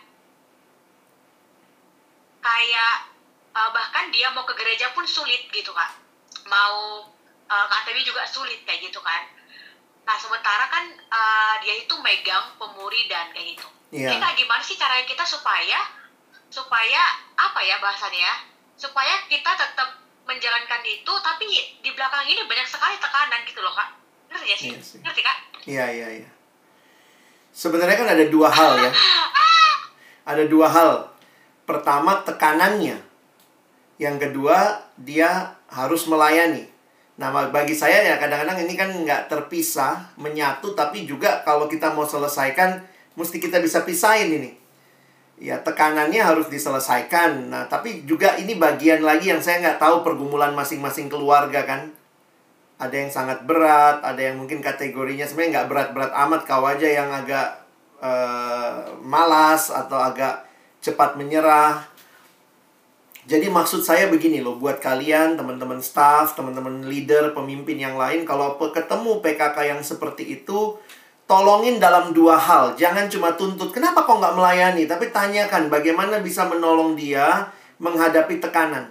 kayak uh, bahkan dia mau ke gereja pun sulit gitu Kak. Mau uh, ke A T W juga sulit kayak gitu kan. Nah sementara kan uh, dia itu megang pemuridan kayak gitu. Iya. Jadi kayak gimana sih caranya kita supaya supaya apa ya bahasanya ya? Supaya kita tetap menjalankan itu tapi di belakang ini banyak sekali tekanan gitu loh Kak. Ngerti ya sih? Iya sih. Ngerti Kak? Iya, iya, iya. Sebenarnya kan ada dua hal ya. Ada dua hal. Pertama, tekanannya. Yang kedua, dia harus melayani. Nah, bagi saya ya kadang-kadang ini kan nggak terpisah, menyatu, tapi juga kalau kita mau selesaikan, mesti kita bisa pisahin ini. Ya, tekanannya harus diselesaikan. Nah, tapi juga ini bagian lagi yang saya nggak tahu pergumulan masing-masing keluarga kan. Ada yang sangat berat, ada yang mungkin kategorinya sebenarnya nggak berat-berat amat, kau aja yang agak uh, malas atau agak cepat menyerah. Jadi maksud saya begini loh, buat kalian, teman-teman staff, teman-teman leader, pemimpin yang lain, kalau ketemu P K K yang seperti itu, tolongin dalam dua hal. Jangan cuma tuntut, kenapa kok nggak melayani? Tapi tanyakan bagaimana bisa menolong dia menghadapi tekanan.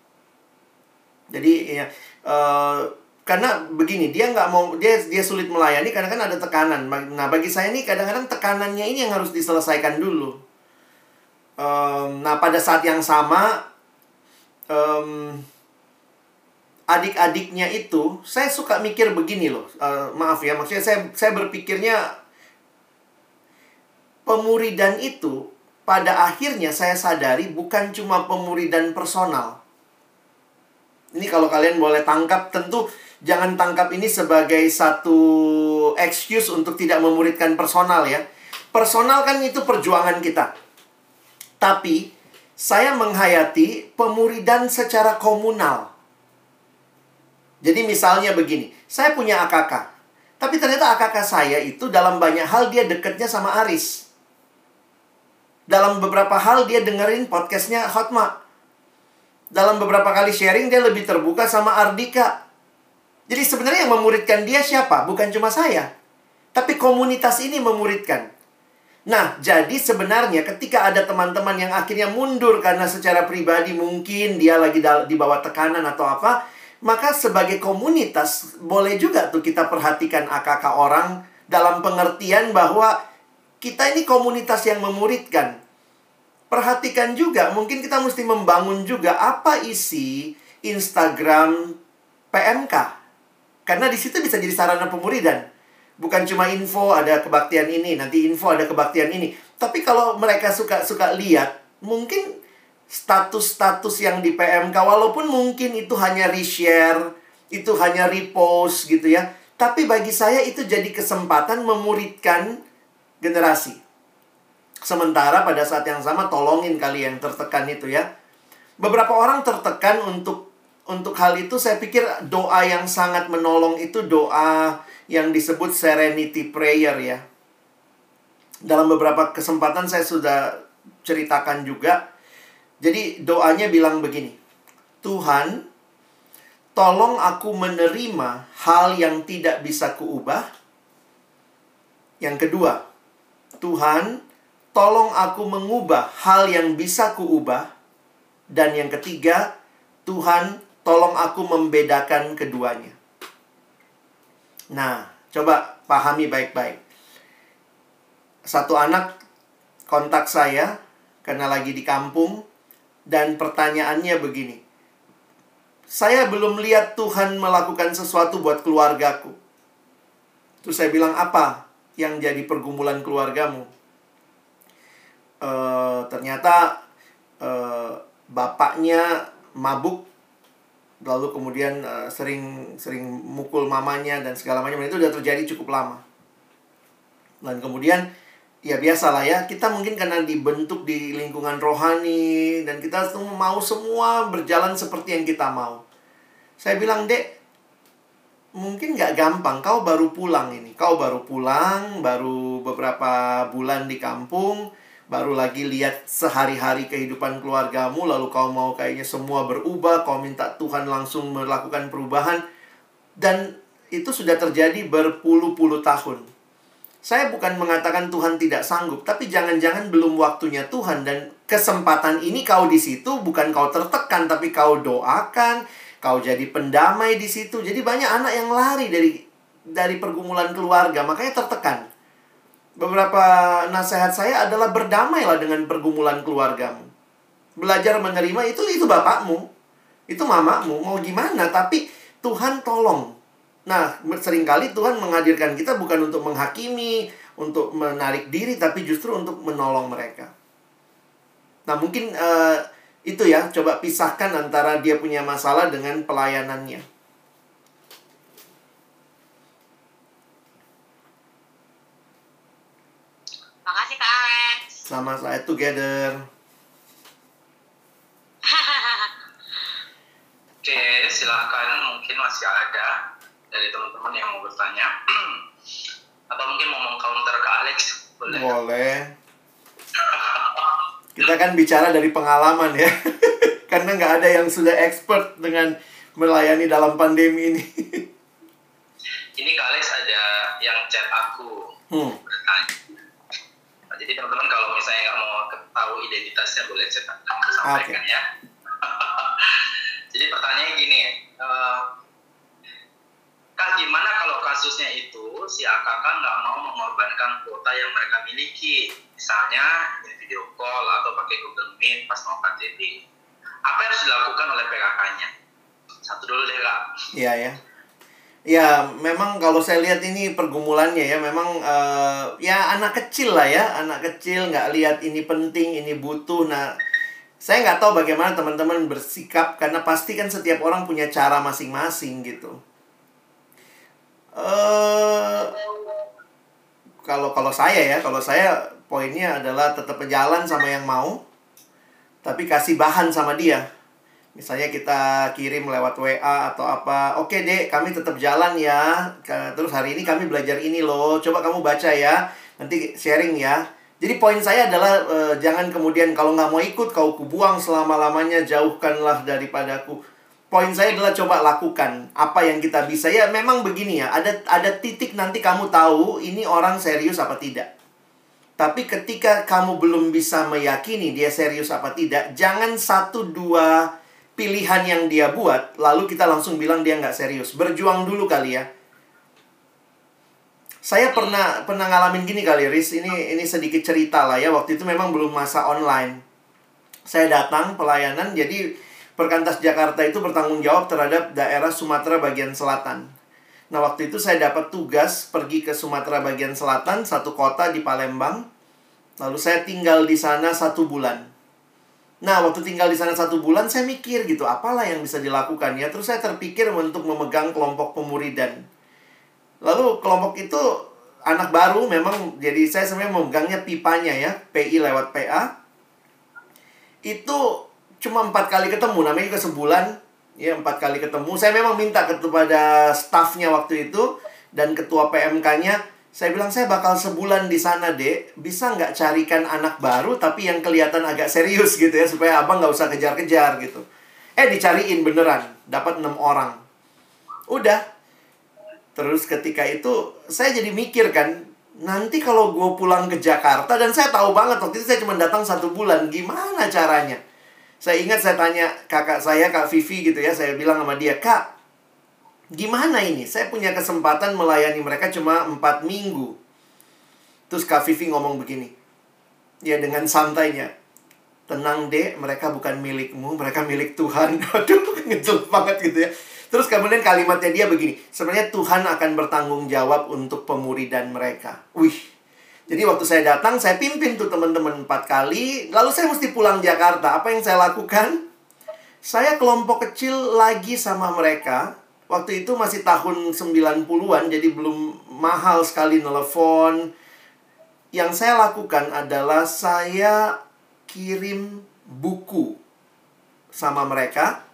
Jadi ya, uh, karena begini, dia nggak mau, dia dia sulit melayani karena kan ada tekanan. Nah, bagi saya nih kadang-kadang tekanannya ini yang harus diselesaikan dulu. Um, nah, pada saat yang sama, um, adik-adiknya itu, saya suka mikir begini loh. Uh, maaf ya, maksudnya saya saya berpikirnya pemuridan itu pada akhirnya saya sadari bukan cuma pemuridan personal. Ini kalau kalian boleh tangkap, tentu jangan tangkap ini sebagai satu excuse untuk tidak memuridkan personal ya. Personal kan itu perjuangan kita. Tapi saya menghayati pemuridan secara komunal. Jadi misalnya begini, saya punya A K K. Tapi ternyata A K K saya itu dalam banyak hal dia dekatnya sama Aris. Dalam beberapa hal dia dengerin podcastnya Hotma. Dalam beberapa kali sharing dia lebih terbuka sama Ardika. Jadi sebenarnya yang memuridkan dia siapa? Bukan cuma saya. Tapi komunitas ini memuridkan. Nah, jadi sebenarnya ketika ada teman-teman yang akhirnya mundur karena secara pribadi mungkin dia lagi di bawah tekanan atau apa, maka sebagai komunitas boleh juga tuh kita perhatikan A K K orang dalam pengertian bahwa kita ini komunitas yang memuridkan. Perhatikan juga, mungkin kita mesti membangun juga apa isi Instagram P M K. Karena di situ bisa jadi sarana pemuridan. Bukan cuma info ada kebaktian ini, nanti info ada kebaktian ini. Tapi kalau mereka suka-suka lihat, mungkin status-status yang di P M K, walaupun mungkin itu hanya reshare, itu hanya repost gitu ya. Tapi bagi saya itu jadi kesempatan memuridkan generasi. Sementara pada saat yang sama tolongin kali yang tertekan itu ya. Beberapa orang tertekan untuk untuk hal itu, saya pikir doa yang sangat menolong itu doa yang disebut serenity prayer ya. Dalam beberapa kesempatan saya sudah ceritakan juga. Jadi doanya bilang begini. Tuhan, tolong aku menerima hal yang tidak bisa kuubah. Yang kedua, Tuhan, tolong aku mengubah hal yang bisa kuubah. Dan yang ketiga, Tuhan, tolong aku membedakan keduanya. Nah, coba pahami baik-baik. Satu anak kontak saya karena lagi di kampung, dan pertanyaannya begini. Saya belum lihat Tuhan melakukan sesuatu buat keluargaku. Terus saya bilang, apa yang jadi pergumulan keluargamu? E, ternyata e, bapaknya mabuk, lalu kemudian e, sering sering mukul mamanya dan segala macam. Itu udah terjadi cukup lama. Dan kemudian ya biasalah ya, kita mungkin karena dibentuk di lingkungan rohani, dan kita semua mau semua berjalan seperti yang kita mau. Saya bilang, Dek, mungkin gak gampang, kau baru pulang ini. Kau baru pulang, baru beberapa bulan di kampung, baru lagi lihat sehari-hari kehidupan keluargamu, lalu kau mau kayaknya semua berubah, kau minta Tuhan langsung melakukan perubahan. Dan itu sudah terjadi berpuluh-puluh tahun. Saya bukan mengatakan Tuhan tidak sanggup, tapi jangan-jangan belum waktunya Tuhan. Dan kesempatan ini kau di situ, bukan kau tertekan, tapi kau doakan, kau jadi pendamai di situ. Jadi banyak anak yang lari dari dari pergumulan keluarga, makanya tertekan. Beberapa nasihat saya adalah berdamailah dengan pergumulan keluargamu. Belajar menerima itu itu bapakmu, itu mamamu, mau gimana, tapi Tuhan tolong. Nah, seringkali Tuhan menghadirkan kita bukan untuk menghakimi, untuk menarik diri, tapi justru untuk menolong mereka. Nah, mungkin uh, itu ya, coba pisahkan antara dia punya masalah dengan pelayanannya. Makasih Kak Alex. Sama saya together. Oke, silakan, mungkin masih ada dari teman-teman yang mau bertanya. Atau mungkin mau meng-counter ke Alex. Boleh. Boleh. Kita kan bicara dari pengalaman ya. Karena nggak ada yang sudah expert dengan melayani dalam pandemi ini. Ini Kak Alex ada yang chat aku Hmm. bertanya. Nah, jadi teman-teman kalau misalnya nggak mau tahu identitasnya, boleh chat aku sampaikan Okay. ya. Jadi pertanyaannya gini, uh, Kak, gimana kalau kasusnya itu si A K K nggak mau mengorbankan kuota yang mereka miliki, misalnya video call atau pakai Google Meet pas mau K T B. Apa yang harus dilakukan oleh P K K-nya? Satu dulu deh Kak. Iya ya. Ya, memang kalau saya lihat ini pergumulannya ya, memang uh, ya anak kecil lah ya, anak kecil nggak lihat ini penting, ini butuh. Nah, saya nggak tahu bagaimana teman-teman bersikap, karena pasti kan setiap orang punya cara masing-masing gitu. Uh, kalau kalau saya ya, kalau saya poinnya adalah tetap berjalan sama yang mau, tapi kasih bahan sama dia. Misalnya kita kirim lewat W A atau apa, oke dek, kami tetap jalan ya. Terus hari ini kami belajar ini loh, coba kamu baca ya, nanti sharing ya. Jadi poin saya adalah uh, jangan kemudian kalau nggak mau ikut, kau kubuang selama-lamanya, jauhkanlah daripadaku. Poin saya adalah coba lakukan apa yang kita bisa. Ya memang begini ya, ada ada titik nanti kamu tahu ini orang serius apa tidak. Tapi ketika kamu belum bisa meyakini dia serius apa tidak, jangan satu dua pilihan yang dia buat lalu kita langsung bilang dia nggak serius. Berjuang dulu kali ya. Saya pernah pernah ngalamin gini kali, Riz. Ini ini sedikit cerita lah ya. Waktu itu memang belum masa online. Saya datang pelayanan, jadi Perkantas Jakarta itu bertanggung jawab terhadap daerah Sumatera bagian selatan. Nah, waktu itu saya dapat tugas pergi ke Sumatera bagian selatan, satu kota di Palembang. Lalu saya tinggal di sana satu bulan. Nah, waktu tinggal di sana satu bulan, saya mikir gitu, apalah yang bisa dilakukan ya. Terus saya terpikir untuk memegang kelompok pemuridan. Lalu kelompok itu anak baru memang, jadi saya sebenarnya memegangnya pipanya ya, P I lewat P A. Itu cuma empat kali ketemu, namanya juga sebulan. Ya, empat kali ketemu. Saya memang minta kepada stafnya waktu itu dan ketua P M K-nya, saya bilang, saya bakal sebulan di sana, Dek. Bisa nggak carikan anak baru tapi yang kelihatan agak serius gitu ya, supaya abang nggak usah kejar-kejar gitu. Eh, dicariin beneran. Dapat enam orang. Udah. Terus ketika itu saya jadi mikir kan, nanti kalau gue pulang ke Jakarta, dan saya tahu banget waktu itu saya cuma datang satu bulan, gimana caranya? Saya ingat saya tanya kakak saya, Kak Vivi gitu ya, saya bilang sama dia, Kak, gimana ini? Saya punya kesempatan melayani mereka cuma empat minggu. Terus Kak Vivi ngomong begini, ya dengan santainya, tenang dek, mereka bukan milikmu, mereka milik Tuhan. Aduh, ngejel banget gitu ya. Terus kemudian kalimatnya dia begini, sebenarnya Tuhan akan bertanggung jawab untuk pemuridan mereka. Wih, jadi waktu saya datang, saya pimpin tuh teman-teman empat kali. Lalu saya mesti pulang Jakarta. Apa yang saya lakukan? Saya kelompok kecil lagi sama mereka. Waktu itu masih tahun sembilan puluhan, jadi belum mahal sekali telepon. Yang saya lakukan adalah saya kirim buku sama mereka.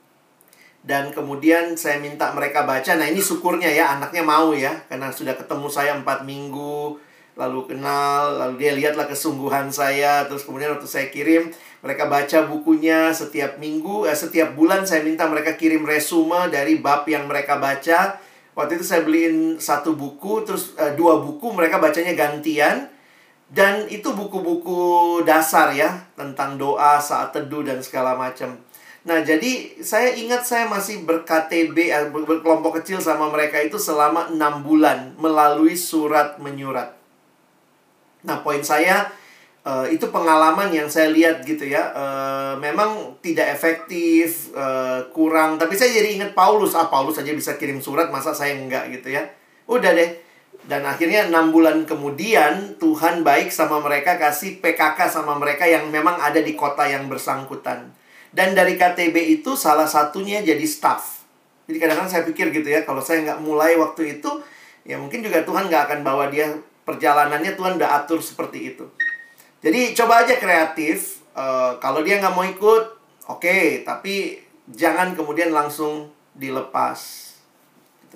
Dan kemudian saya minta mereka baca. Nah ini syukurnya ya, anaknya mau ya, karena sudah ketemu saya empat minggu, lalu kenal, lalu dia lihatlah kesungguhan saya. Terus kemudian waktu saya kirim, mereka baca bukunya setiap minggu, eh, setiap bulan saya minta mereka kirim resume dari bab yang mereka baca. Waktu itu saya beliin satu buku, terus eh, dua buku, mereka bacanya gantian. Dan itu buku-buku dasar ya, tentang doa, saat teduh, dan segala macam. Nah, jadi saya ingat saya masih ber-K T B, berkelompok kecil sama mereka itu selama enam bulan melalui surat menyurat. Nah, poin saya, uh, itu pengalaman yang saya lihat gitu ya. Uh, memang tidak efektif, uh, kurang. Tapi saya jadi ingat Paulus. Ah, Paulus aja bisa kirim surat, masa saya enggak gitu ya. Udah deh. Dan akhirnya enam bulan kemudian, Tuhan baik sama mereka, kasih P K K sama mereka yang memang ada di kota yang bersangkutan. Dan dari K T B itu salah satunya jadi staff. Jadi kadang-kadang saya pikir gitu ya, kalau saya nggak mulai waktu itu, ya mungkin juga Tuhan nggak akan bawa dia, perjalanannya Tuhan udah atur seperti itu. Jadi coba aja kreatif. uh, Kalau dia nggak mau ikut, oke, okay, tapi jangan kemudian langsung dilepas gitu.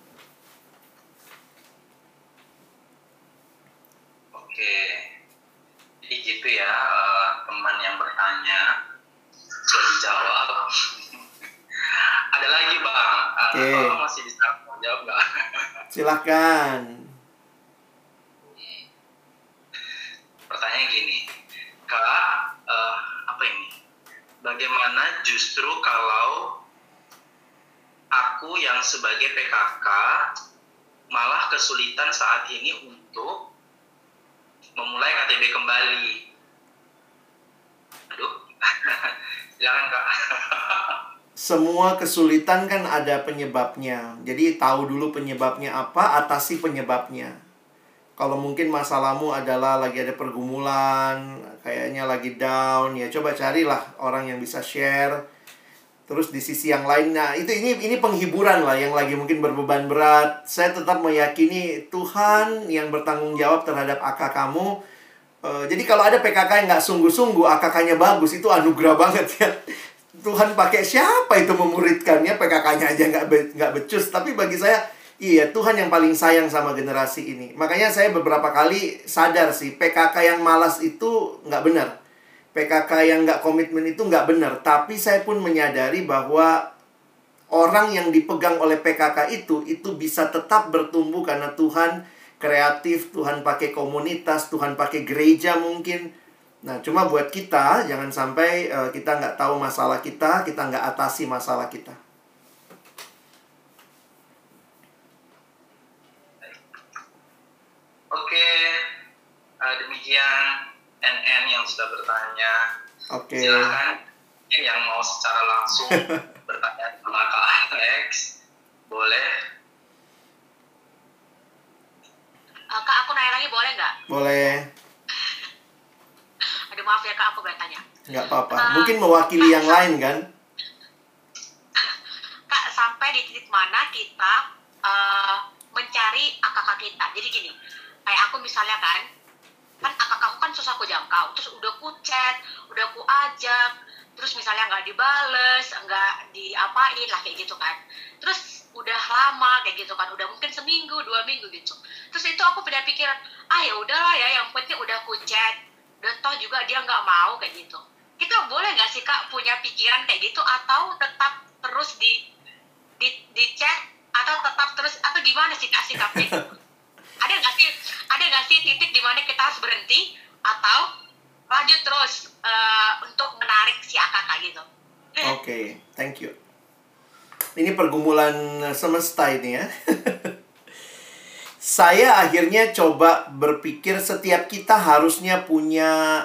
Oke, jadi gitu ya, uh, teman yang bertanya sudah dijawab. Ada lagi bang, uh, okay. Bapak masih bisa jawab nggak? Silakan. Pertanyaan gini, Kak, uh, apa ini? Bagaimana justru kalau aku yang sebagai P K K malah kesulitan saat ini untuk memulai K T B kembali? Aduh, silakan Kak. Semua kesulitan kan ada penyebabnya. Jadi tahu dulu penyebabnya apa, atasi penyebabnya. Kalau mungkin masalahmu adalah lagi ada pergumulan, kayaknya lagi down, ya coba carilah orang yang bisa share. Terus di sisi yang lain, nah itu ini ini penghiburan lah yang lagi mungkin berbeban berat. Saya tetap meyakini Tuhan yang bertanggung jawab terhadap A K kamu. Uh, jadi kalau ada P K K yang nggak sungguh-sungguh, A K K-nya bagus, itu anugerah banget ya. Tuhan pakai siapa itu memuridkannya, P K K-nya aja nggak be, nggak becus. Tapi bagi saya, iya, Tuhan yang paling sayang sama generasi ini. Makanya saya beberapa kali sadar sih, P K K yang malas itu nggak benar. P K K yang nggak komitmen itu nggak benar. Tapi saya pun menyadari bahwa orang yang dipegang oleh P K K itu, itu bisa tetap bertumbuh karena Tuhan kreatif, Tuhan pakai komunitas, Tuhan pakai gereja mungkin. Nah, cuma buat kita, jangan sampai uh, kita nggak tahu masalah kita, kita nggak atasi masalah kita. Oke, uh, demikian N N yang sudah bertanya. Oke. Silakan yang mau secara langsung bertanya sama Kak Alex, boleh. Uh, Kak, aku nanya lagi boleh nggak? Boleh. Aduh, maaf ya Kak, aku bertanya. Nggak apa-apa. Uh, Mungkin mewakili Kak, yang lain kan? Kak, sampai di titik mana kita uh, mencari A K K kita? Jadi gini, kayak aku misalnya kan, kan A K K aku kan susah aku jangkau. Terus udah ku chat, udah ku ajak, terus misalnya nggak dibales, nggak diapain lah kayak gitu kan. Terus udah lama kayak gitu kan, udah mungkin seminggu, dua minggu gitu. Terus itu aku punya pikiran, ah ya udahlah ya, yang penting udah ku chat. Dan toh juga dia nggak mau kayak gitu. Kita boleh nggak sih Kak punya pikiran kayak gitu, atau tetap terus di di di chat atau tetap terus atau gimana sih Kak sikapnya? Ada nggak sih ada nggak sih titik di mana kita harus berhenti atau lanjut terus uh, untuk menarik si A K K gitu? Oke, okay, thank you. Ini pergumulan semesta ini ya. Saya akhirnya coba berpikir setiap kita harusnya punya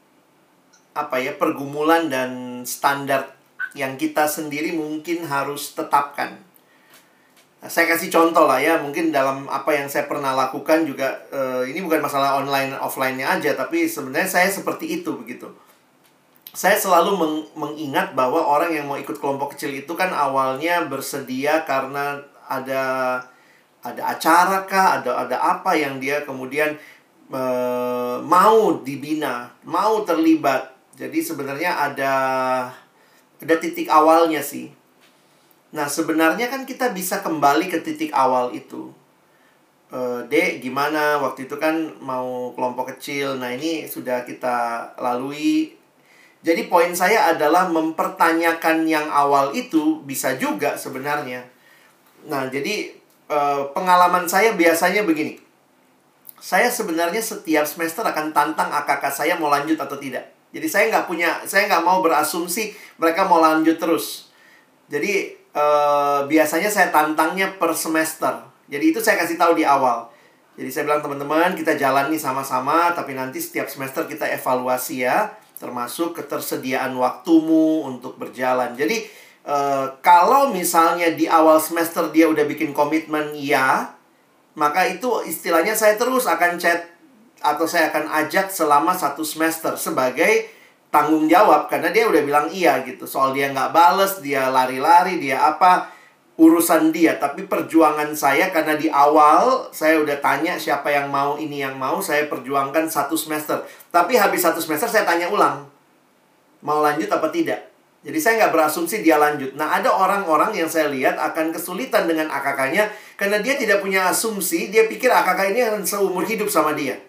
apa ya, pergumulan dan standar yang kita sendiri mungkin harus tetapkan. Nah, saya kasih contoh lah ya, mungkin dalam apa yang saya pernah lakukan juga, eh, ini bukan masalah online offline-nya aja, tapi sebenarnya saya seperti itu begitu. Saya selalu meng mengingat bahwa orang yang mau ikut kelompok kecil itu kan awalnya bersedia karena ada ada acara kah, ada ada apa yang dia kemudian eh, mau dibina, mau terlibat. Jadi sebenarnya ada ada titik awalnya sih. Nah, sebenarnya kan kita bisa kembali ke titik awal itu. E, Dek, gimana? Waktu itu kan mau kelompok kecil. Nah, ini sudah kita lalui. Jadi poin saya adalah mempertanyakan yang awal itu bisa juga sebenarnya. Nah, jadi e, pengalaman saya biasanya begini. Saya sebenarnya setiap semester akan tantang A K K saya mau lanjut atau tidak. Jadi saya nggak punya, saya nggak mau berasumsi mereka mau lanjut terus. Jadi eh, biasanya saya tantangnya per semester. Jadi itu saya kasih tahu di awal. Jadi saya bilang teman-teman kita jalani sama-sama, tapi nanti setiap semester kita evaluasi ya, termasuk ketersediaan waktumu untuk berjalan. Jadi eh, kalau misalnya di awal semester dia udah bikin komitmen ya, maka itu istilahnya saya terus akan chat atau saya akan ajak selama satu semester sebagai tanggung jawab. Karena dia udah bilang iya gitu. Soal dia nggak bales, dia lari-lari, dia apa, urusan dia. Tapi perjuangan saya karena di awal saya udah tanya siapa yang mau, ini yang mau, saya perjuangkan satu semester. Tapi habis satu semester saya tanya ulang, mau lanjut apa tidak. Jadi saya nggak berasumsi dia lanjut. Nah, ada orang-orang yang saya lihat akan kesulitan dengan A K K-nya karena dia tidak punya asumsi. Dia pikir A K K ini akan seumur hidup sama dia.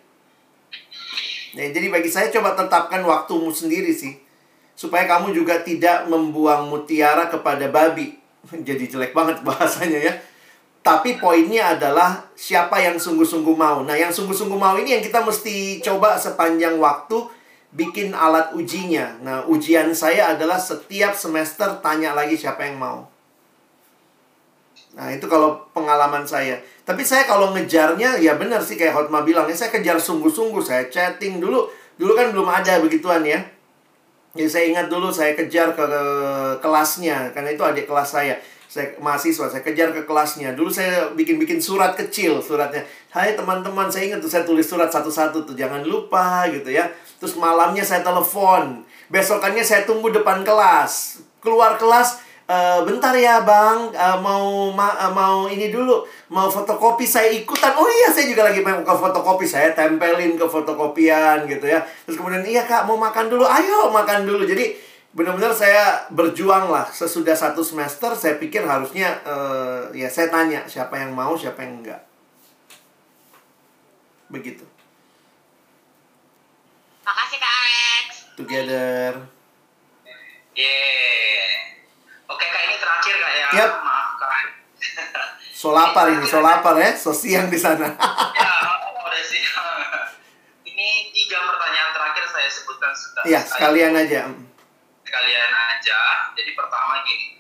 Nah, jadi bagi saya coba tetapkan waktumu sendiri sih, supaya kamu juga tidak membuang mutiara kepada babi. Jadi jelek banget bahasanya ya. Tapi poinnya adalah siapa yang sungguh-sungguh mau. Nah, yang sungguh-sungguh mau ini yang kita mesti coba sepanjang waktu bikin alat ujinya. Nah, ujian saya adalah setiap semester tanya lagi siapa yang mau. Nah, itu kalau pengalaman saya. Tapi saya kalau ngejarnya, ya benar sih kayak Hotma bilang, ya saya kejar sungguh-sungguh, saya chatting dulu. Dulu kan belum ada begituan ya. Jadi saya ingat dulu saya kejar ke, ke kelasnya, karena itu adik kelas saya. Saya mahasiswa, saya kejar ke kelasnya. Dulu saya bikin-bikin surat kecil, suratnya. Hai teman-teman, saya ingat tuh saya tulis surat satu-satu tuh, jangan lupa gitu ya. Terus malamnya saya telepon. Besokannya saya tunggu depan kelas. Keluar kelas, Uh, bentar ya bang, uh, mau ma uh, mau ini dulu, mau fotokopi, saya ikutan. Oh iya, saya juga lagi mau ke fotokopi, saya tempelin ke fotokopian gitu ya. Terus kemudian, iya kak mau makan dulu, ayo makan dulu. Jadi benar-benar saya berjuang lah. Sesudah satu semester saya pikir harusnya uh, ya saya tanya siapa yang mau, siapa yang enggak. Begitu. Makasih Kak Alex. Together. Yeah. Oke Kak, ini terakhir Kak ya. Yep. Maaf Kak. So lapar ini, so lapar ya, so siang di sana. Ya, udah siang. Ini tiga pertanyaan terakhir saya sebutkan sebentar. Iya, sekalian aja. Sekalian aja. Jadi pertama gini.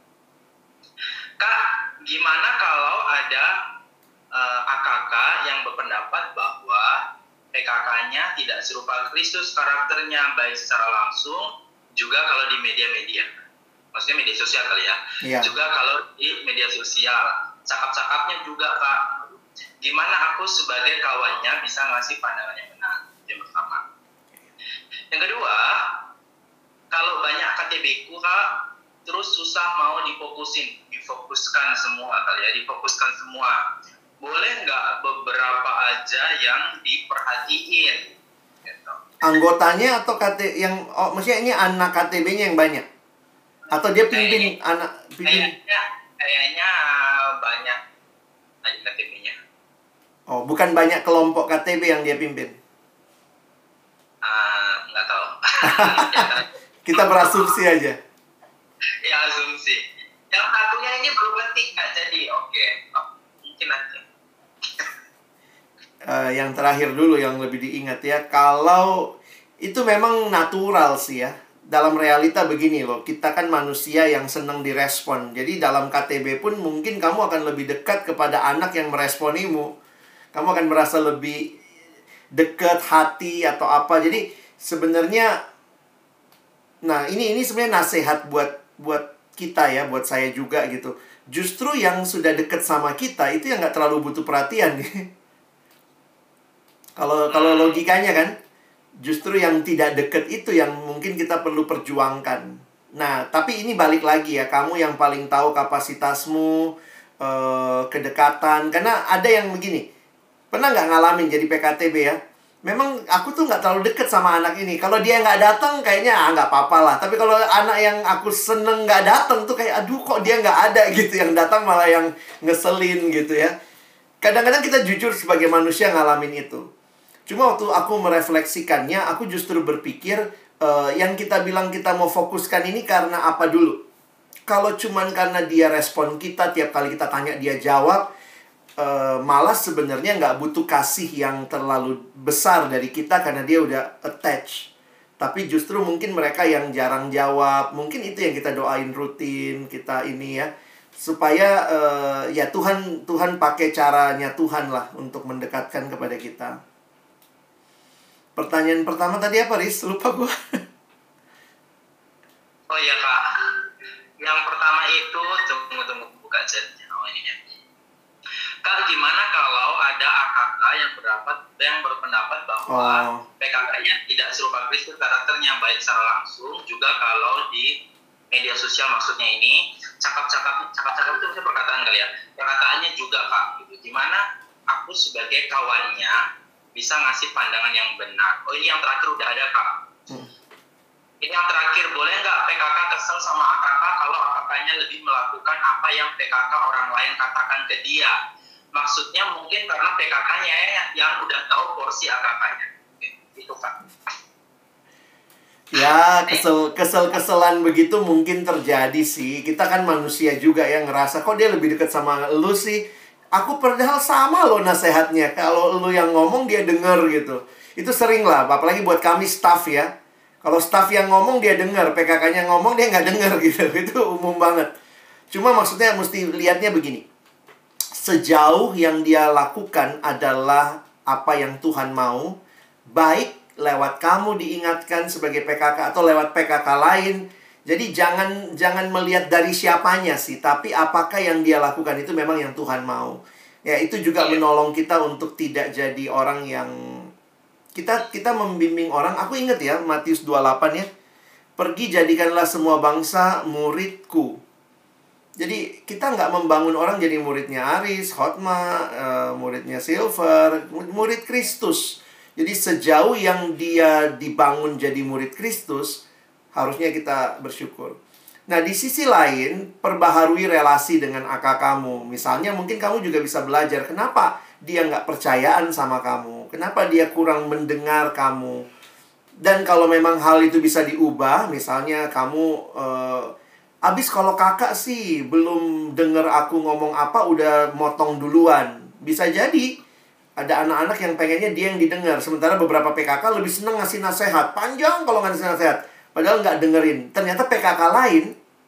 Kak, gimana kalau ada uh, A K K yang berpendapat bahwa P K K-nya tidak serupa Kristus karakternya, baik secara langsung juga kalau di media-media. Maksudnya media sosial kali ya. Iya. Juga kalau di media sosial. Cakap-cakapnya juga Kak. Gimana aku sebagai kawannya bisa ngasih pandangan yang benar. Yang pertama. Yang kedua, kalau banyak K T B-ku Kak, terus susah mau difokusin. Difokuskan semua kali ya. Difokuskan semua. Boleh nggak beberapa aja yang diperhatiin? Gitu. Anggotanya atau K T yang oh, maksudnya ini anak K T B-nya yang banyak? Atau dia pimpin kayaknya, anak pimpin? Kayaknya, kayaknya banyak K T B-nya. Oh, bukan banyak kelompok K T B yang dia pimpin? Uh, nggak tahu. Kita berasumsi aja. Ya, asumsi. Yang satunya ini belum uh, yang terakhir dulu yang lebih diingat ya. Kalau itu memang natural sih ya. Dalam realita begini loh, kita kan manusia yang senang direspon. Jadi dalam K T B pun mungkin kamu akan lebih dekat kepada anak yang meresponimu. Kamu akan merasa lebih dekat hati atau apa. Jadi sebenarnya, nah ini ini sebenarnya nasihat buat buat kita ya, buat saya juga gitu. Justru yang sudah dekat sama kita itu yang nggak terlalu butuh perhatian. Kalau kalau logikanya kan, justru yang tidak dekat itu yang mungkin kita perlu perjuangkan. Nah, tapi ini balik lagi ya, kamu yang paling tahu kapasitasmu, eh, kedekatan. Karena ada yang begini, pernah nggak ngalamin jadi P K T B ya? Memang aku tuh nggak terlalu deket sama anak ini. Kalau dia nggak datang, kayaknya ah, nggak apa-apa lah. Tapi kalau anak yang aku seneng nggak datang tuh kayak, aduh kok dia nggak ada gitu. Yang datang malah yang ngeselin gitu ya. Kadang-kadang kita jujur sebagai manusia ngalamin itu. Cuma waktu aku merefleksikannya, aku justru berpikir uh, yang kita bilang kita mau fokuskan ini karena apa dulu? Kalau cuman karena dia respon kita, tiap kali kita tanya dia jawab, uh, malah sebenarnya nggak butuh kasih yang terlalu besar dari kita karena dia udah attach. Tapi justru mungkin mereka yang jarang jawab, mungkin itu yang kita doain rutin, kita ini ya. Supaya uh, ya Tuhan Tuhan pakai caranya Tuhan lah untuk mendekatkan kepada kita. Pertanyaan pertama tadi apa, Riz? Lupa gue. Oh iya, Kak. Yang pertama itu, tunggu-tunggu buka chat. Oh ini ya. Kak, gimana kalau ada A K K yang berpendapat yang berpendapat bahwa Oh. P K K-nya tidak serupa Kristus karakternya, baik secara langsung juga kalau di media sosial, maksudnya ini cakap-cakap cakap-cakap itu maksudnya perkataan kali ya. Perkataannya juga, Kak. Gitu. Gimana aku sebagai kawannya bisa ngasih pandangan yang benar. Oh ini yang terakhir udah ada, Kak. Hmm. Ini yang terakhir, boleh nggak P K K kesel sama A K K kalau A K K-nya lebih melakukan apa yang P K K orang lain katakan ke dia? Maksudnya mungkin karena P K K-nya yang udah tahu porsi A K K-nya. Itu, Kak. Ya, kesel, kesel-keselan begitu mungkin terjadi sih. Kita kan manusia juga yang ngerasa, kok dia lebih dekat sama lu sih? Aku padahal sama loh nasehatnya. Kalau lu yang ngomong dia denger gitu. Itu sering lah, apalagi buat kami staff ya. Kalau staff yang ngomong dia denger, P K K-nya ngomong dia nggak denger gitu. Itu umum banget. Cuma maksudnya mesti lihatnya begini. Sejauh yang dia lakukan adalah apa yang Tuhan mau, baik lewat kamu diingatkan sebagai P K K atau lewat P K K lain. Jadi jangan jangan melihat dari siapanya sih, tapi apakah yang dia lakukan itu memang yang Tuhan mau. Ya, itu juga menolong kita untuk tidak jadi orang yang kita kita membimbing orang. Aku ingat ya Matius dua puluh delapan ya. Pergi jadikanlah semua bangsa muridku. Jadi kita nggak membangun orang jadi muridnya Aris, Hotma, uh, muridnya Silver, murid Kristus. Jadi sejauh yang dia dibangun jadi murid Kristus, harusnya kita bersyukur. Nah, di sisi lain, perbaharui relasi dengan A K kamu. Misalnya, mungkin kamu juga bisa belajar kenapa dia nggak percayaan sama kamu. Kenapa dia kurang mendengar kamu. Dan kalau memang hal itu bisa diubah, misalnya kamu... Uh, abis kalau kakak sih belum denger aku ngomong apa, udah motong duluan. Bisa jadi ada anak-anak yang pengennya dia yang didengar. Sementara beberapa P K K lebih seneng ngasih nasihat. Panjang kalau ngasih nasihat. Padahal nggak dengerin. Ternyata P K K lain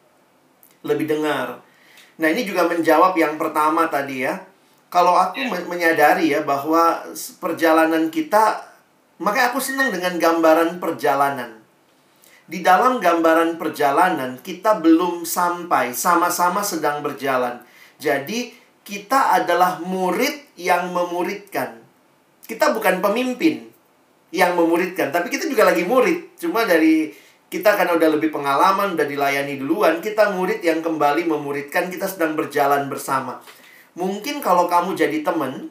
lebih dengar. Nah, ini juga menjawab yang pertama tadi ya. Kalau aku yeah. menyadari ya bahwa perjalanan kita, makanya aku senang dengan gambaran perjalanan. Di dalam gambaran perjalanan, kita belum sampai, sama-sama sedang berjalan. Jadi, kita adalah murid yang memuridkan. Kita bukan pemimpin yang memuridkan, tapi kita juga lagi murid. Cuma dari kita karena udah lebih pengalaman, udah dilayani duluan, kita murid yang kembali memuridkan, kita sedang berjalan bersama. Mungkin kalau kamu jadi teman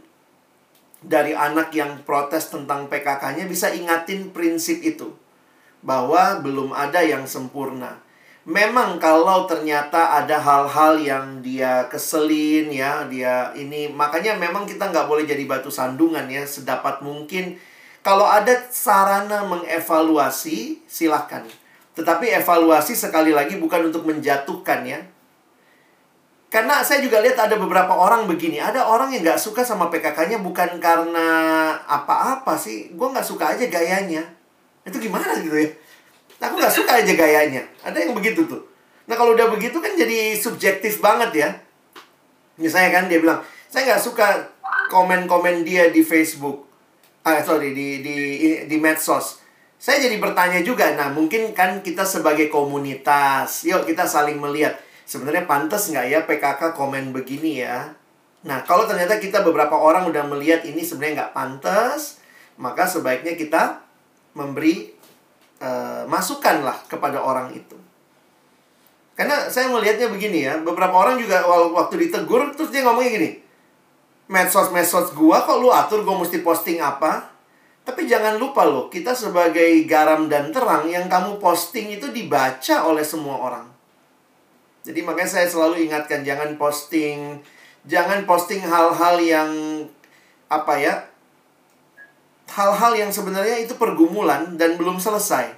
dari anak yang protes tentang P K K-nya, bisa ingatin prinsip itu. Bahwa belum ada yang sempurna. Memang kalau ternyata ada hal-hal yang dia keselin ya, dia ini, makanya memang kita nggak boleh jadi batu sandungan ya, sedapat mungkin. Kalau ada sarana mengevaluasi, silakan. Tetapi evaluasi sekali lagi bukan untuk menjatuhkan ya. Karena saya juga lihat ada beberapa orang begini. Ada orang yang nggak suka sama P K K-nya bukan karena apa-apa sih. Gue nggak suka aja gayanya. Itu gimana gitu ya? Aku nggak suka aja gayanya. Ada yang begitu tuh. Nah kalau udah begitu kan jadi subjektif banget ya. Misalnya kan dia bilang, saya nggak suka komen-komen dia di Facebook. Ah, sorry, di, di, di medsos. Saya jadi bertanya juga. Nah mungkin kan kita sebagai komunitas, yuk kita saling melihat. Sebenarnya pantas nggak ya P K K komen begini ya? Nah, kalau ternyata kita beberapa orang udah melihat ini sebenarnya nggak pantas, maka sebaiknya kita memberi uh, masukan lah kepada orang itu. Karena saya melihatnya begini ya, beberapa orang juga waktu ditegur, terus dia ngomongnya gini, medsos-medsos gua kok lu atur gua mesti posting apa? Tapi jangan lupa loh, kita sebagai garam dan terang, yang kamu posting itu dibaca oleh semua orang. Jadi makanya saya selalu ingatkan, jangan posting jangan posting hal-hal yang apa ya? Hal-hal yang sebenarnya itu pergumulan dan belum selesai.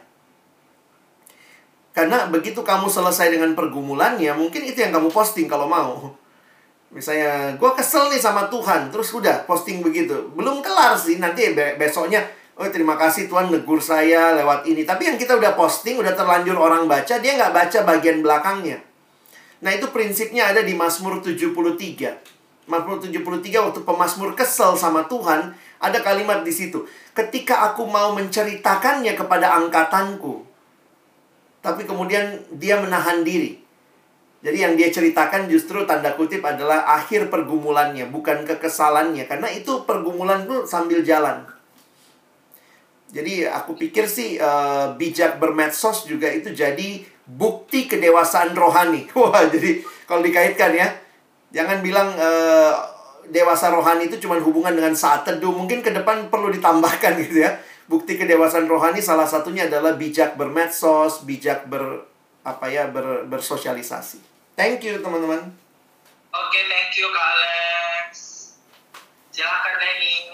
Karena begitu kamu selesai dengan pergumulannya, mungkin itu yang kamu posting kalau mau. Misalnya, gue kesel nih sama Tuhan, terus udah posting begitu. Belum kelar sih, nanti besoknya, oh terima kasih Tuhan negur saya lewat ini. Tapi yang kita udah posting, udah terlanjur orang baca, dia nggak baca bagian belakangnya. Nah itu prinsipnya ada di Mazmur tujuh puluh tiga. Mazmur tujuh puluh tiga waktu pemazmur kesel sama Tuhan, ada kalimat di situ. Ketika aku mau menceritakannya kepada angkatanku, tapi kemudian dia menahan diri. Jadi yang dia ceritakan justru tanda kutip adalah akhir pergumulannya, bukan kekesalannya. Karena itu pergumulan tuh sambil jalan. Jadi aku pikir sih uh, bijak bermedsos juga itu jadi bukti kedewasaan rohani. Wah, jadi kalau dikaitkan ya, jangan bilang uh, dewasa rohani itu cuma hubungan dengan saat teduh. Mungkin ke depan perlu ditambahkan gitu ya. Bukti kedewasaan rohani salah satunya adalah bijak bermedsos, bijak ber apa ya ber, bersosialisasi. Thank you teman-teman. Oke, thank you Kak Alex. Silakan Denny.